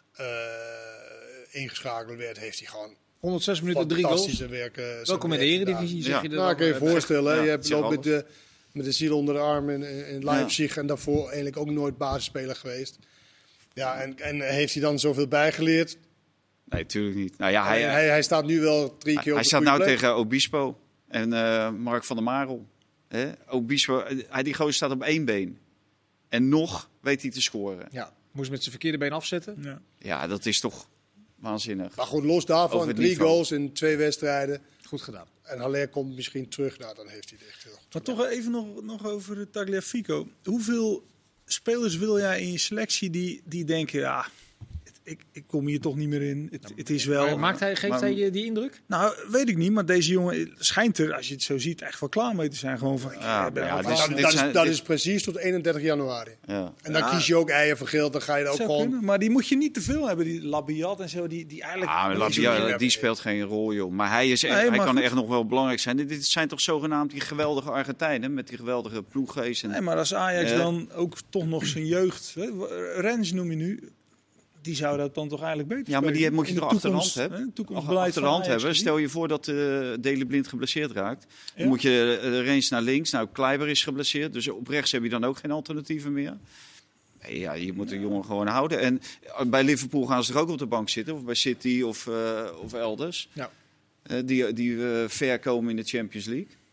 Speaker 2: ingeschakeld werd, heeft hij gewoon
Speaker 1: 106 minuten, 3 goals.
Speaker 2: fantastische werk.
Speaker 1: Welkom in de Eredivisie, zeg
Speaker 4: Ja.
Speaker 1: je dat.
Speaker 2: Nou, kan je voorstellen.
Speaker 4: Ja,
Speaker 2: je hebt
Speaker 4: zeg
Speaker 2: loopt met de ziel onder de arm in Leipzig
Speaker 4: Ja.
Speaker 2: en daarvoor eigenlijk ook nooit basisspeler geweest. Ja, en heeft hij dan zoveel bijgeleerd?
Speaker 4: Nee, natuurlijk niet. Nou ja,
Speaker 2: Hij staat nu wel 3 keer op
Speaker 4: hij
Speaker 2: de
Speaker 4: staat
Speaker 2: goede
Speaker 4: nou
Speaker 2: plek.
Speaker 4: tegen Obispo en Mark van der Marel. Hè? Obispo, die gozer staat op 1 been. En nog weet hij te scoren.
Speaker 1: Ja, moest met zijn verkeerde been afzetten.
Speaker 3: Ja.
Speaker 4: Ja, dat is toch waanzinnig.
Speaker 2: Maar goed, los daarvan,
Speaker 4: Over het
Speaker 2: 3
Speaker 4: niveau.
Speaker 2: goals in 2 wedstrijden.
Speaker 1: Goed gedaan.
Speaker 2: En Haller komt misschien terug. Nou, dan heeft hij het echt heel goed.
Speaker 3: Maar toch even nog over Tagliafico. Hoeveel spelers wil jij in je selectie die denken, ja, ik kom hier toch niet meer in. Het is wel...
Speaker 1: Maar geeft hij je die indruk?
Speaker 3: Nou, weet ik niet, maar deze jongen schijnt er, als je het zo ziet, echt wel klaar mee te zijn. Gewoon van,
Speaker 4: Ja, maar ja,
Speaker 2: Dat
Speaker 4: dit
Speaker 2: is precies tot 31 januari.
Speaker 4: Ja.
Speaker 2: En dan kies je ook eieren voor geld. Dan ga je er ook
Speaker 3: zou
Speaker 2: gewoon...
Speaker 3: kunnen, maar die moet je niet te veel hebben. Die Labiat en zo, die eigenlijk...
Speaker 4: Ah, Labiat, die speelt geen rol, joh. Maar hij, is echt,
Speaker 3: Nee,
Speaker 4: hij
Speaker 3: maar
Speaker 4: kan
Speaker 3: goed.
Speaker 4: echt nog wel belangrijk zijn. Dit zijn toch zogenaamd die geweldige Argentijnen met die geweldige ploeggeest. En,
Speaker 3: Nee, maar als Ajax dan ook toch nog zijn jeugd... Hè, Rens noem je nu... Die zou dat dan toch eigenlijk beter
Speaker 4: ja, maar die
Speaker 3: spelen?
Speaker 4: moet je
Speaker 3: In
Speaker 4: toch
Speaker 3: de
Speaker 4: achter de hand
Speaker 3: toekomst,
Speaker 4: hebben?
Speaker 3: hè, toekomstbeleid
Speaker 4: Achter de
Speaker 3: van
Speaker 4: hand
Speaker 3: Ajax
Speaker 4: hebben.
Speaker 3: gezien.
Speaker 4: Stel je voor dat Daley Blind geblesseerd raakt. Dan
Speaker 3: Ja.
Speaker 4: moet je Rens naar links. Nou, Kleiber is geblesseerd. Dus op rechts heb je dan ook geen alternatieven meer. Nee, ja, je moet de jongen gewoon houden. En bij Liverpool gaan ze er ook op de bank zitten. Of bij City of elders.
Speaker 1: Ja.
Speaker 4: Die ver komen in de Champions League.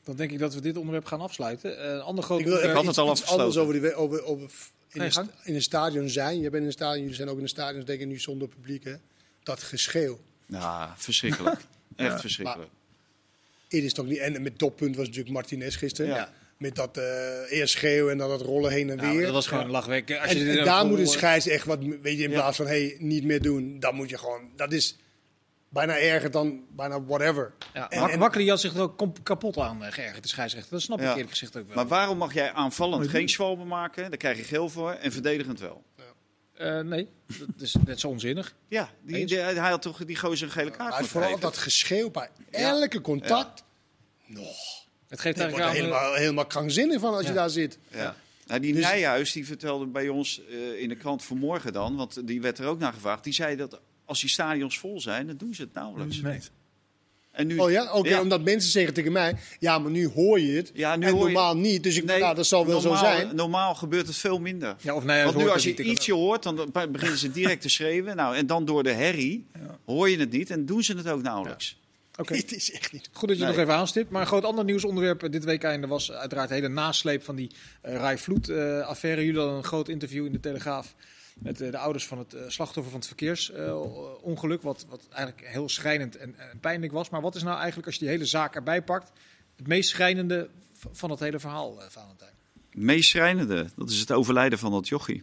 Speaker 1: Dan denk ik dat we dit onderwerp gaan afsluiten. Een ander groot
Speaker 2: Ik wil
Speaker 1: onderwerp...
Speaker 4: had het al
Speaker 2: iets anders
Speaker 4: afgesloten.
Speaker 2: over in een stadion zijn. Je bent in een stadion, jullie zijn ook in een stadion, denk ik nu zonder publiek. Hè? Dat geschreeuw.
Speaker 4: Nou, verschrikkelijk. Echt verschrikkelijk.
Speaker 2: Het is toch niet. En met toppunt was natuurlijk Martinez gisteren.
Speaker 1: Ja.
Speaker 2: Met dat eerst schreeuwen en dan dat rollen heen en
Speaker 1: Ja, maar
Speaker 2: weer.
Speaker 1: dat was gewoon een lachwekkend. Als je
Speaker 2: En daar moet een scheids echt wat, weet je, in plaats van niet meer doen. Dan moet je gewoon. Dat is bijna erger dan bijna whatever.
Speaker 1: Ja, Wakkeli had zich er ook kapot aan geërgerd, de scheidsrechter. Dat snap ik eerlijk gezegd ook wel.
Speaker 4: Maar waarom mag jij aanvallend geen schwalbe maken? Daar krijg je geel voor. En verdedigend wel.
Speaker 1: Nee, dat is net zo onzinnig.
Speaker 4: Ja, hij had toch die gozer een gele kaart
Speaker 2: Maar
Speaker 4: moeten
Speaker 2: vooral
Speaker 4: geven.
Speaker 2: dat geschreeuw bij elke contact.
Speaker 1: Het geeft
Speaker 2: Ik word
Speaker 1: eigenlijk
Speaker 2: er helemaal krankzinnig van als je daar zit.
Speaker 4: Ja. Nou, die Nijhuis die vertelde bij ons in de krant vanmorgen dan, want die werd er ook naar gevraagd. Die zei dat als die stadions vol zijn, dan doen ze het nauwelijks.
Speaker 3: Nee.
Speaker 4: En nu,
Speaker 2: Omdat mensen zeggen tegen mij, ja, maar nu hoor je het.
Speaker 4: Ja, nu
Speaker 2: en
Speaker 4: hoor je-
Speaker 2: normaal niet. Dus dat zal wel zo zijn.
Speaker 4: Normaal gebeurt het veel minder.
Speaker 1: Ja, of Nijhuis
Speaker 4: Want nu
Speaker 1: hoort
Speaker 4: als
Speaker 1: het
Speaker 4: je
Speaker 1: niet,
Speaker 4: ietsje hoort, dan beginnen ze direct te schreeuwen. Nou, en dan door de herrie hoor je het niet en doen ze het ook nauwelijks.
Speaker 1: Oké.
Speaker 2: Het is echt niet.
Speaker 1: Goed dat je het nog even aanstipt. Maar een groot ander nieuwsonderwerp dit weekende was uiteraard de hele nasleep van die Rai Vloed-affaire. Jullie hadden een groot interview in de Telegraaf met de ouders van het slachtoffer van het verkeersongeluk. Wat eigenlijk heel schrijnend en pijnlijk was. Maar wat is nou eigenlijk, als je die hele zaak erbij pakt, het meest schrijnende van het hele verhaal, Valentijn?
Speaker 4: Het meest schrijnende, dat is het overlijden van dat jochie.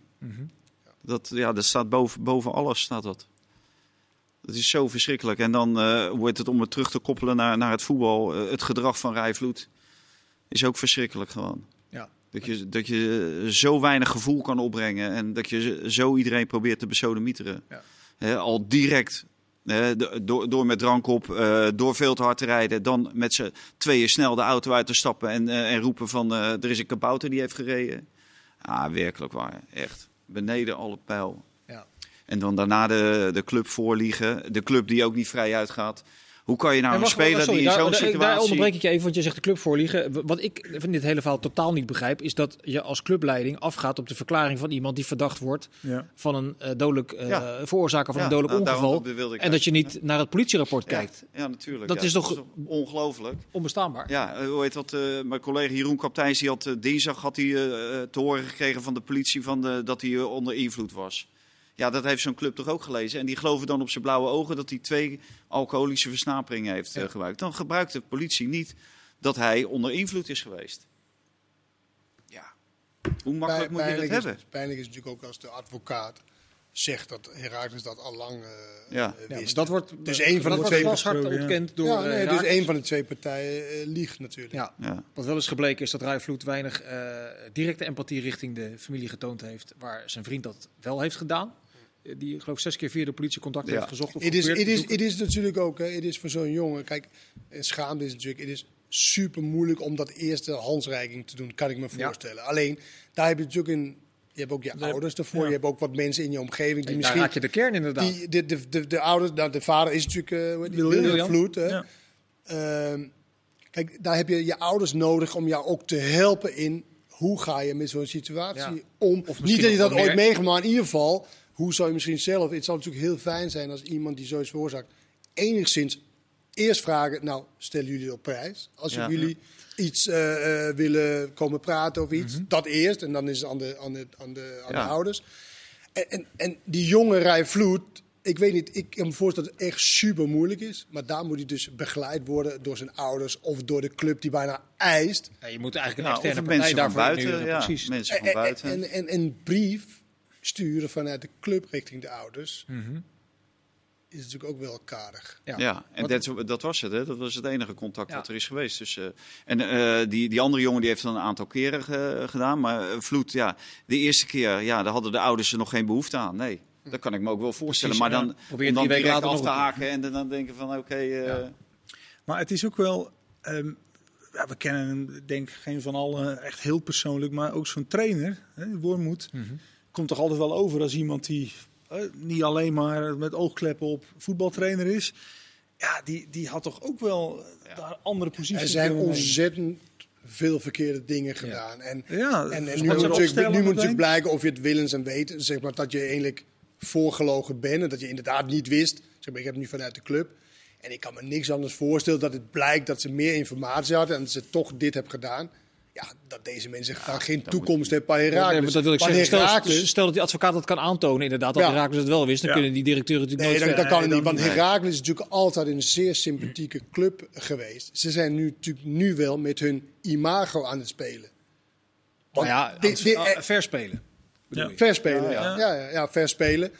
Speaker 4: Dat staat boven alles, staat dat. Dat is zo verschrikkelijk. En dan wordt het, om het terug te koppelen naar het voetbal, het gedrag van Rai Vloed is ook verschrikkelijk gewoon.
Speaker 1: Ja.
Speaker 4: Dat je zo weinig gevoel kan opbrengen en dat je zo iedereen probeert te besodemieteren. Ja. Al direct, door met drank op, door veel te hard te rijden, dan met z'n tweeën snel de auto uit te stappen en roepen van er is een kabouter die heeft gereden. Ah, werkelijk waar, echt. Beneden alle pijl.
Speaker 1: Ja.
Speaker 4: En dan daarna de club voorliegen. De club die ook niet vrij uitgaat. Hoe kan je nou een speler die in zo'n situatie...
Speaker 1: Daar onderbreek ik je even, want je zegt de club voorliegen. Wat ik van dit hele verhaal totaal niet begrijp, is dat je als clubleiding afgaat op de verklaring van iemand die verdacht wordt van een dodelijk veroorzaker van een dodelijk ongeval. En dat je niet naar het politierapport kijkt.
Speaker 4: Ja, natuurlijk.
Speaker 1: Dat is toch
Speaker 4: ongelooflijk.
Speaker 1: Onbestaanbaar.
Speaker 4: Ja, hoe heet dat? Mijn collega Jeroen Kapteijns, die had dinsdag te horen gekregen van de politie dat hij onder invloed was. Ja, dat heeft zo'n club toch ook gelezen. En die geloven dan op zijn blauwe ogen dat hij 2 alcoholische versnaperingen heeft gebruikt. Dan gebruikt de politie niet dat hij onder invloed is geweest. Ja, hoe makkelijk moet je dat hebben?
Speaker 2: Pijnlijk is natuurlijk ook als de advocaat zegt dat Heracles dat al lang wist.
Speaker 1: Dat wordt
Speaker 2: dus één van de twee
Speaker 1: hard ontkend door
Speaker 2: dus één van de twee partijen liegt natuurlijk.
Speaker 1: Ja. Wat wel eens gebleken is dat Rai Vloed weinig directe empathie richting de familie getoond heeft, waar zijn vriend dat wel heeft gedaan. Die geloof ik 6 keer via de politie contact heeft gezocht.
Speaker 2: Het is natuurlijk ook, het is voor zo'n jongen, kijk, schaamte is natuurlijk, het is super moeilijk om dat eerste handreiking te doen, kan ik me voorstellen. Alleen, daar heb je natuurlijk je hebt ook je ouders ervoor, je hebt ook wat mensen in je omgeving die misschien...
Speaker 1: Daar raak je de kern inderdaad.
Speaker 2: De ouders, de vader is natuurlijk William Vloed. Kijk, daar heb je ouders nodig om jou ook te helpen in hoe ga je met zo'n situatie om. Of niet dat je dat ooit meegemaakt, maar in ieder geval, hoe zou je misschien zelf... Het zou natuurlijk heel fijn zijn als iemand die zoiets veroorzaakt enigszins eerst vragen, nou, stellen jullie op prijs? Als jullie iets willen komen praten of iets, dat eerst. En dan is het aan de ouders. En die jonge Rai Vloed, ik weet niet, ik kan me voorstellen dat het echt super moeilijk is. Maar daar moet hij dus begeleid worden door zijn ouders of door de club die bijna eist.
Speaker 1: Ja, je moet eigenlijk een externe partij daarvoor inhuren. Precies.
Speaker 4: Mensen van buiten.
Speaker 2: En een brief sturen vanuit de club richting de ouders is natuurlijk ook wel karig.
Speaker 4: Ja, en dat was het. Hè? Dat was het enige contact wat er is geweest. Dus, die andere jongen die heeft dan een aantal keren gedaan. Maar Vloed, de eerste keer, daar hadden de ouders er nog geen behoefte aan. Nee, dat kan ik me ook wel voorstellen.
Speaker 1: Precies,
Speaker 4: maar dan
Speaker 1: probeer
Speaker 4: om dan
Speaker 1: direct
Speaker 4: direct af
Speaker 1: nog
Speaker 4: te haken en dan denken van oké.
Speaker 3: Maar het is ook wel... we kennen hem, denk ik, geen van allen echt heel persoonlijk. Maar ook zo'n trainer, Wormoed, komt toch altijd wel over als iemand die... niet alleen maar met oogkleppen op voetbaltrainer is. Ja, die had toch ook wel daar andere posities.
Speaker 2: Er zijn ontzettend veel verkeerde dingen gedaan. En nu moet natuurlijk blijken of je het willens en weten. Zeg maar dat je eigenlijk voorgelogen bent. En dat je inderdaad niet wist. Zeg maar, ik heb het nu vanuit de club. En ik kan me niks anders voorstellen dat het blijkt dat ze meer informatie hadden en dat ze toch dit hebben gedaan. Ja, dat deze mensen geen toekomst hebben bij Heracles.
Speaker 1: Nee, dat wil ik zeggen. Stel dat die advocaat dat kan aantonen, inderdaad, dat Heracles het wel wist. Dan kunnen die directeuren natuurlijk nooit
Speaker 2: dat kan niet. Want Heracles is natuurlijk altijd een zeer sympathieke club geweest. Ze zijn nu wel met hun imago aan het spelen.
Speaker 1: Verspelen.
Speaker 2: Verspelen, ja, verspelen.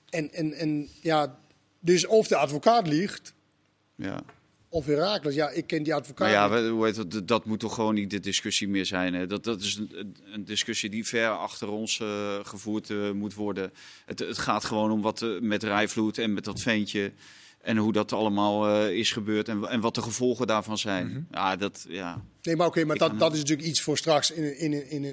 Speaker 2: En dus of de advocaat liegt...
Speaker 4: Ja.
Speaker 2: Of Heracles, ik ken die advocaat.
Speaker 4: Maar ja, dat moet toch gewoon niet de discussie meer zijn. Hè? Dat is een discussie die ver achter ons gevoerd moet worden. Het gaat gewoon om wat met Rijvloed en met dat ventje. En hoe dat allemaal is gebeurd en wat de gevolgen daarvan zijn.
Speaker 2: Mm-hmm. Nee, maar maar dat is natuurlijk iets voor straks in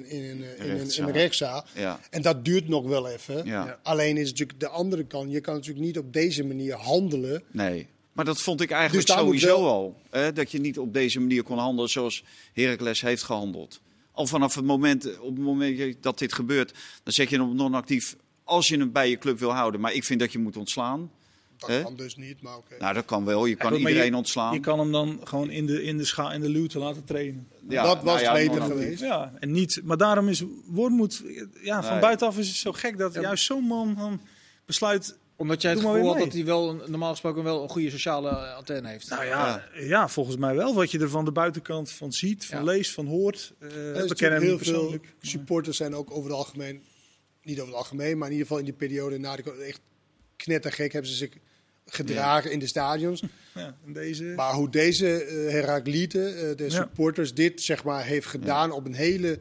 Speaker 2: een rechtszaal. Ja. En dat duurt nog wel even. Ja. Alleen is het natuurlijk de andere kant. Je kan natuurlijk niet op deze manier handelen.
Speaker 4: Nee. Maar dat vond ik eigenlijk dus sowieso al. Dat je niet op deze manier kon handelen zoals Heracles heeft gehandeld. Al vanaf het moment dat dit gebeurt, dan zet je hem non-actief als je hem bij je club wil houden. Maar ik vind dat je moet ontslaan.
Speaker 2: Dat kan dus niet, maar oké.
Speaker 4: Nou, dat kan wel. Je kan iedereen ontslaan.
Speaker 3: Je kan hem dan gewoon in de luwte laten trainen.
Speaker 2: Ja, dat was beter geweest.
Speaker 3: Ja, en niet, maar daarom is Wormoed... van buitenaf is het zo gek dat juist zo'n man dan besluit...
Speaker 1: Omdat jij het gevoel had dat hij wel normaal gesproken wel een goede sociale antenne heeft.
Speaker 3: Nou ja, volgens mij wel. Wat je er van de buitenkant van ziet, van leest, van hoort.
Speaker 2: We kennen heel veel supporters zijn ook over het algemeen, niet over het algemeen, maar in ieder geval in die periode na echt knettergek hebben ze zich gedragen in de stadions.
Speaker 3: Ja, deze...
Speaker 2: Maar hoe deze Heraklieten, de supporters, dit zeg maar heeft gedaan op een hele...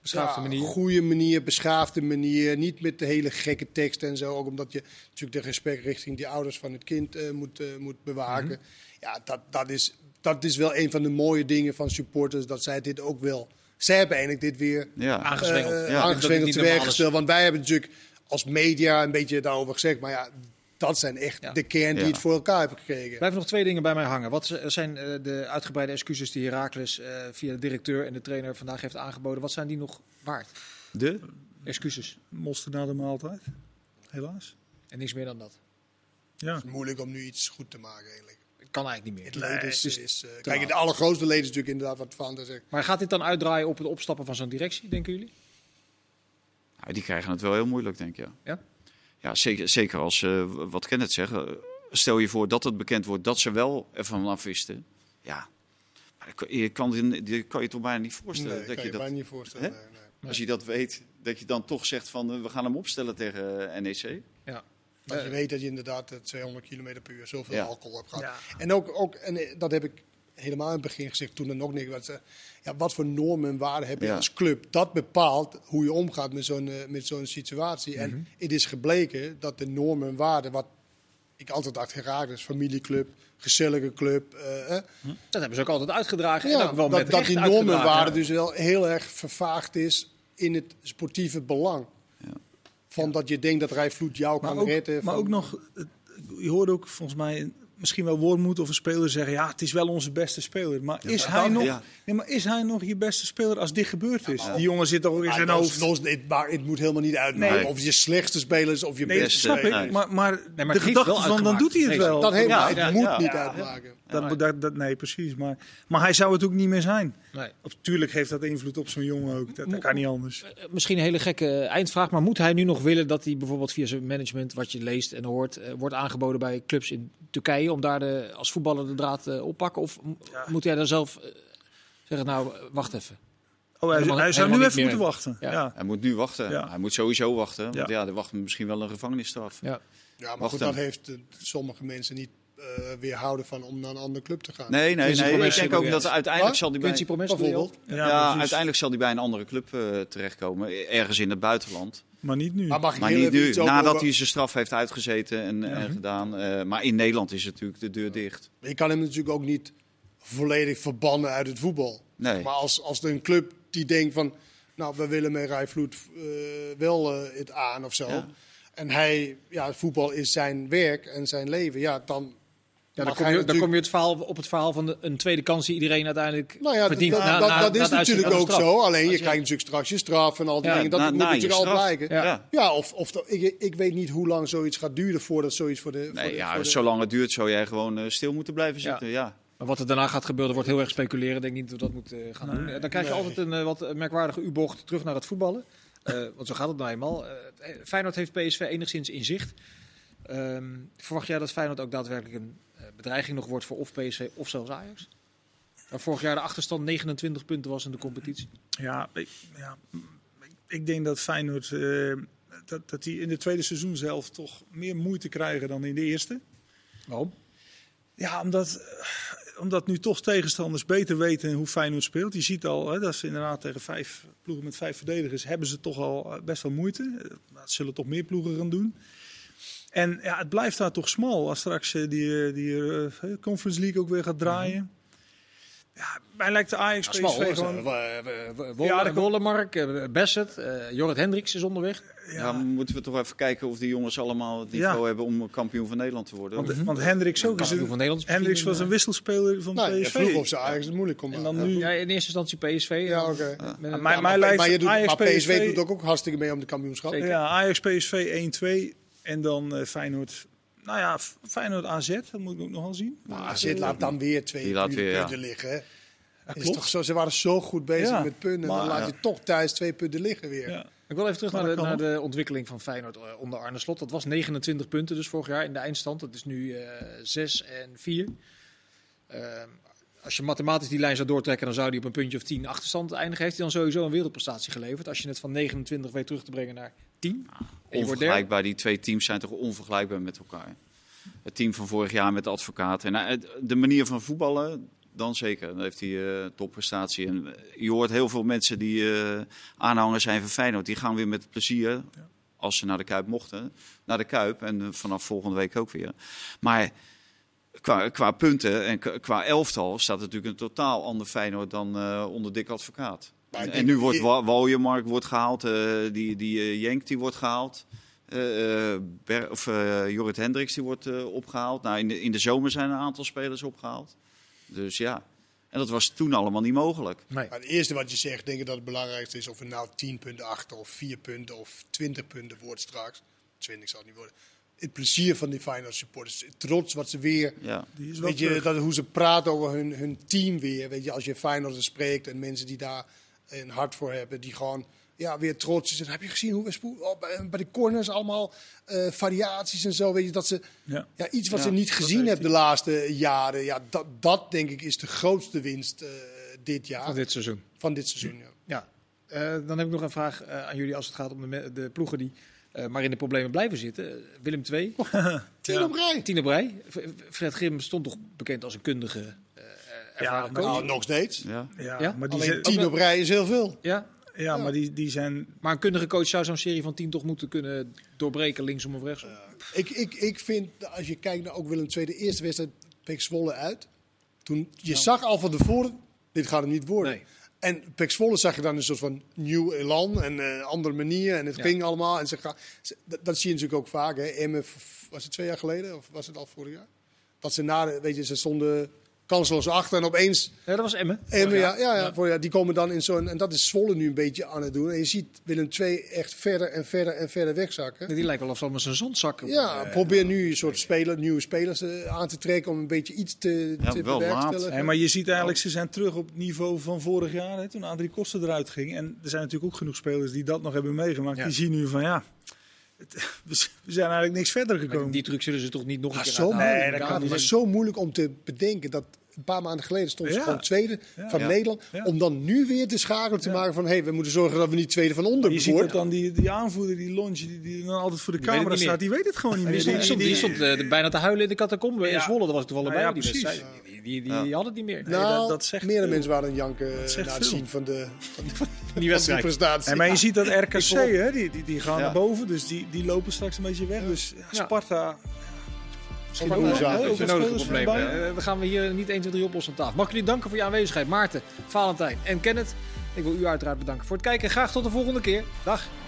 Speaker 2: goede manier, beschaafde manier. Niet met de hele gekke tekst en zo. Ook omdat je natuurlijk de respect richting die ouders van het kind moet bewaken. Mm-hmm. Ja, dat is wel een van de mooie dingen van supporters. Dat zij dit ook wel... Zij hebben eigenlijk dit weer aangezwengeld teweeggesteld. Want wij hebben natuurlijk als media een beetje daarover gezegd. Maar ja, dat zijn echt de kern die het voor elkaar hebben gekregen.
Speaker 1: Blijven nog 2 dingen bij mij hangen. Wat zijn de uitgebreide excuses die Heracles via de directeur en de trainer vandaag heeft aangeboden? Wat zijn die nog waard?
Speaker 4: De
Speaker 1: excuses.
Speaker 3: Moesten na de maaltijd. Helaas.
Speaker 1: En niks meer dan dat.
Speaker 2: Ja. Het is moeilijk om nu iets goed te maken eigenlijk.
Speaker 1: Het kan eigenlijk niet meer.
Speaker 2: Het leden is kijk, het allergrootste leden is natuurlijk inderdaad wat Van der zegt.
Speaker 1: Maar gaat dit dan uitdraaien op het opstappen van zo'n directie, denken jullie?
Speaker 4: Nou, die krijgen het wel heel moeilijk, denk ik.
Speaker 1: Ja?
Speaker 4: Ja, zeker als, wat Kenneth zegt, stel je voor dat het bekend wordt dat ze wel ervan afwisten. Ja, maar je kan je toch bijna niet voorstellen.
Speaker 2: Nee, dat je dat bijna niet voorstellen. Nee.
Speaker 4: Als je dat weet, dat je dan toch zegt van we gaan hem opstellen tegen NEC.
Speaker 2: Ja. Dat je weet dat je inderdaad 200 km/h zoveel alcohol hebt gehad. Ja. En ook dat heb ik helemaal in het begin gezegd, toen er nog niks was. Wat voor normen en waarden heb je als club? Dat bepaalt hoe je omgaat met zo'n situatie. Mm-hmm. En het is gebleken dat de normen en waarden, wat ik altijd dacht, Heracles, familieclub, gezellige club.
Speaker 1: Dat hebben ze ook altijd uitgedragen.
Speaker 2: Ja,
Speaker 1: en ook wel
Speaker 2: dat die normen en waarden dus wel heel erg vervaagd is in het sportieve belang. Ja. Van dat je denkt dat Rijvloed jou kan redden.
Speaker 3: Maar ook nog, je hoorde ook volgens mij... Misschien wel Wormoed of een speler zeggen... het is wel onze beste speler. Maar is hij nog je beste speler als dit gebeurd is? Die jongen zit toch ook in zijn hoofd.
Speaker 2: Maar het moet helemaal niet uitmaken. Of je slechtste speler is of je beste
Speaker 3: snap
Speaker 2: speler.
Speaker 3: Ik. Maar de gedachte van, dan doet hij het wel.
Speaker 2: Dat het moet niet uitmaken.
Speaker 3: Nee, precies. Maar hij zou het ook niet meer zijn. Nee. Tuurlijk heeft dat invloed op zo'n jongen ook. Dat kan niet anders.
Speaker 1: Misschien een hele gekke eindvraag. Maar moet hij nu nog willen dat hij bijvoorbeeld via zijn management... wat je leest en hoort, wordt aangeboden bij clubs in Turkije... om daar als voetballer de draad oppakken? Of moet hij daar zelf zeggen, nou, wacht even?
Speaker 3: Hij zou nu even moeten wachten.
Speaker 4: Ja. Hij moet nu wachten. Ja. Hij moet sowieso wachten. Want er wacht misschien wel een gevangenisstraf.
Speaker 2: Ja, maar goed, dat heeft sommige mensen niet weerhouden van om naar een andere club te gaan.
Speaker 4: Nee. Ik denk ook dat uiteindelijk zal hij
Speaker 2: bijvoorbeeld.
Speaker 4: Uiteindelijk zal hij bij een andere club terechtkomen. Ergens in het buitenland.
Speaker 3: Maar niet nu.
Speaker 4: Maar niet nu, nadat hij zijn straf heeft uitgezeten en gedaan. Maar in Nederland is natuurlijk de deur dicht.
Speaker 2: Je kan hem natuurlijk ook niet volledig verbannen uit het voetbal.
Speaker 4: Nee.
Speaker 2: Maar als er een club die denkt van... nou, we willen met Rijvloed wel het aan of zo. Ja. En voetbal is zijn werk en zijn leven. Ja, dan
Speaker 1: Ja, dan kom je op het verhaal van een tweede kans die iedereen uiteindelijk verdient.
Speaker 2: Dat is natuurlijk ook zo. Alleen je krijgt natuurlijk straks je straf en al die dingen. Dat moet natuurlijk al blijken. Ja, ik weet niet hoe lang zoiets gaat duren voordat zoiets voor de...
Speaker 4: Zolang het duurt zou jij gewoon stil moeten blijven zitten. Ja.
Speaker 1: Maar wat er daarna gaat gebeuren, wordt heel erg speculeren. Ik denk niet dat we dat moeten gaan doen. Dan krijg je altijd een wat merkwaardige U-bocht terug naar het voetballen. Want zo gaat het nou eenmaal. Feyenoord heeft PSV enigszins in zicht. Verwacht jij dat Feyenoord ook daadwerkelijk een bedreiging nog wordt voor of PSV of zelfs Ajax? Waar vorig jaar de achterstand 29 punten was in de competitie.
Speaker 3: Ik denk dat Feyenoord dat die in de tweede seizoen zelf toch meer moeite krijgen dan in de eerste.
Speaker 1: Waarom?
Speaker 3: Ja, omdat nu toch tegenstanders beter weten hoe Feyenoord speelt. Je ziet al dat ze inderdaad tegen 5 ploegen met 5 verdedigers hebben ze toch al best wel moeite. Dat zullen toch meer ploegen gaan doen. En ja, het blijft daar toch smal als straks die Conference League ook weer gaat draaien. Ja, mij lijkt de Ajax PSV gewoon...
Speaker 1: Wollemark, Bassett, Jorrit Hendricks is onderweg.
Speaker 4: Ja, moeten we toch even kijken of die jongens allemaal het niveau hebben om kampioen van Nederland te worden.
Speaker 3: Want Hendricks ook. Hendricks was een wisselspeler van PSV.
Speaker 2: Vroeger op zijn Ajax het moeilijk komt.
Speaker 1: En dan nu... Ja, in eerste instantie PSV.
Speaker 2: Ja, oké.
Speaker 3: Maar
Speaker 2: PSV doet ook hartstikke mee om de kampioenschap.
Speaker 3: Ja, Ajax PSV 1-2 en dan Feyenoord... Nou ja, Feyenoord AZ, dat moet ik ook nog wel zien.
Speaker 2: AZ laat dan weer 2 punten liggen. Hè? Is toch zo, ze waren zo goed bezig met punten. En dan laat je toch thuis 2 punten liggen weer.
Speaker 1: Ja. Ik wil even terug naar de ontwikkeling van Feyenoord onder Arne Slot. Dat was 29 punten dus vorig jaar in de eindstand. Dat is nu 6 en 4. Als je mathematisch die lijn zou doortrekken, dan zou die op een puntje of 10 achterstand eindigen. Heeft hij dan sowieso een wereldprestatie geleverd? Als je het van 29 weet terug te brengen naar 10.
Speaker 4: Onvergelijkbaar, die 2 teams zijn toch onvergelijkbaar met elkaar. Het team van vorig jaar met de advocaat. En de manier van voetballen, dan zeker. Dan heeft hij topprestatie. En je hoort heel veel mensen die aanhangers zijn van Feyenoord. Die gaan weer met plezier, als ze naar de Kuip mochten, naar de Kuip. En vanaf volgende week ook weer. Maar qua punten en qua elftal staat het natuurlijk een totaal ander Feyenoord dan onder Dick Advocaat. En nu wordt Wollemark gehaald, die Jenk die wordt gehaald. Jorrit Hendricks die wordt opgehaald. Nou, in de zomer zijn een aantal spelers opgehaald. Dus ja, en dat was toen allemaal niet mogelijk.
Speaker 2: Nee. Maar het eerste wat je zegt, denk ik dat het belangrijkste is of we nou 10 punten achter of 4 punten of 20 punten wordt straks. 20 zal het niet worden. Het plezier van die Feyenoord supporters, trots wat ze weer, weet je, hoe ze praten over hun team weer. Weet je, als je Feyenoorders spreekt en mensen die daar een hart voor hebben, die gewoon weer trots zijn. Heb je gezien hoe we bij de corners allemaal variaties en zo, weet je, dat ze iets wat ze niet gezien hebben de laatste jaren. Ja, dat denk ik is de grootste winst dit jaar. Van dit seizoen.
Speaker 1: Ja. Dan heb ik nog een vraag aan jullie als het gaat om de ploegen die maar in de problemen blijven zitten. Willem II.
Speaker 2: 10 op rij.
Speaker 1: 10 op rij. Fred Grim stond toch bekend als een kundige ervaren coach.
Speaker 2: Nou, nog steeds.
Speaker 1: Ja?
Speaker 2: Maar die 10 op rij is heel veel.
Speaker 3: Ja, maar die zijn...
Speaker 1: Maar een kundige coach zou zo'n serie van 10 toch moeten kunnen doorbreken, linksom of rechtsom?
Speaker 2: Ik vind, als je kijkt naar ook Willem II, de eerste wedstrijd PEC Zwolle uit. Toen je zag al van tevoren, dit gaat hem niet worden. Nee. En PEC Zwolle zag je dan een soort van nieuw elan en een andere manier. En het ging allemaal. En dat zie je natuurlijk ook vaak. Hè. Emmen, was het 2 jaar geleden of was het al vorig jaar? Dat ze ze stonden kansloos achter en opeens...
Speaker 1: Ja, dat was Emmen.
Speaker 2: Die komen dan in zo'n... En dat is Zwolle nu een beetje aan het doen. En je ziet Willem II echt verder en verder en verder wegzakken.
Speaker 1: Die lijkt wel of ze allemaal zijn zandzakken.
Speaker 2: Ja, probeer nu een soort nieuwe spelers aan te trekken om een beetje iets te bewerkstelligen.
Speaker 3: Maar je ziet eigenlijk, ze zijn terug op het niveau van vorig jaar, hè, toen Adrie Koster eruit ging. En er zijn natuurlijk ook genoeg spelers die dat nog hebben meegemaakt. Die zien nu van we zijn eigenlijk niks verder gekomen.
Speaker 1: Maar die truc zullen ze toch niet nog een keer
Speaker 2: zo Het is zo moeilijk om te bedenken dat een paar maanden geleden stond ze gewoon tweede van Nederland. Ja. Om dan nu weer te schakelen te maken van we moeten zorgen dat we niet tweede van onder worden.
Speaker 3: Je ziet dat dan die aanvoerder, die Longe, die dan altijd voor de camera staat, die weet het gewoon niet meer.
Speaker 1: Die stond bijna te huilen in de catacombe in Zwolle. Dat was toevallig bij. Die had het niet meer.
Speaker 2: Nou, dat zegt meerdere mensen waren een janken na het zien van die
Speaker 1: wedstrijd.
Speaker 3: Maar je ziet dat RKC, die gaan naar boven, dus die lopen straks een beetje weg. Dus Sparta...
Speaker 1: Dan gaan we hier niet 1, 2, 3 oplossen aan tafel. Mag ik jullie danken voor je aanwezigheid, Maarten, Valentijn en Kenneth. Ik wil u uiteraard bedanken voor het kijken. Graag tot de volgende keer. Dag.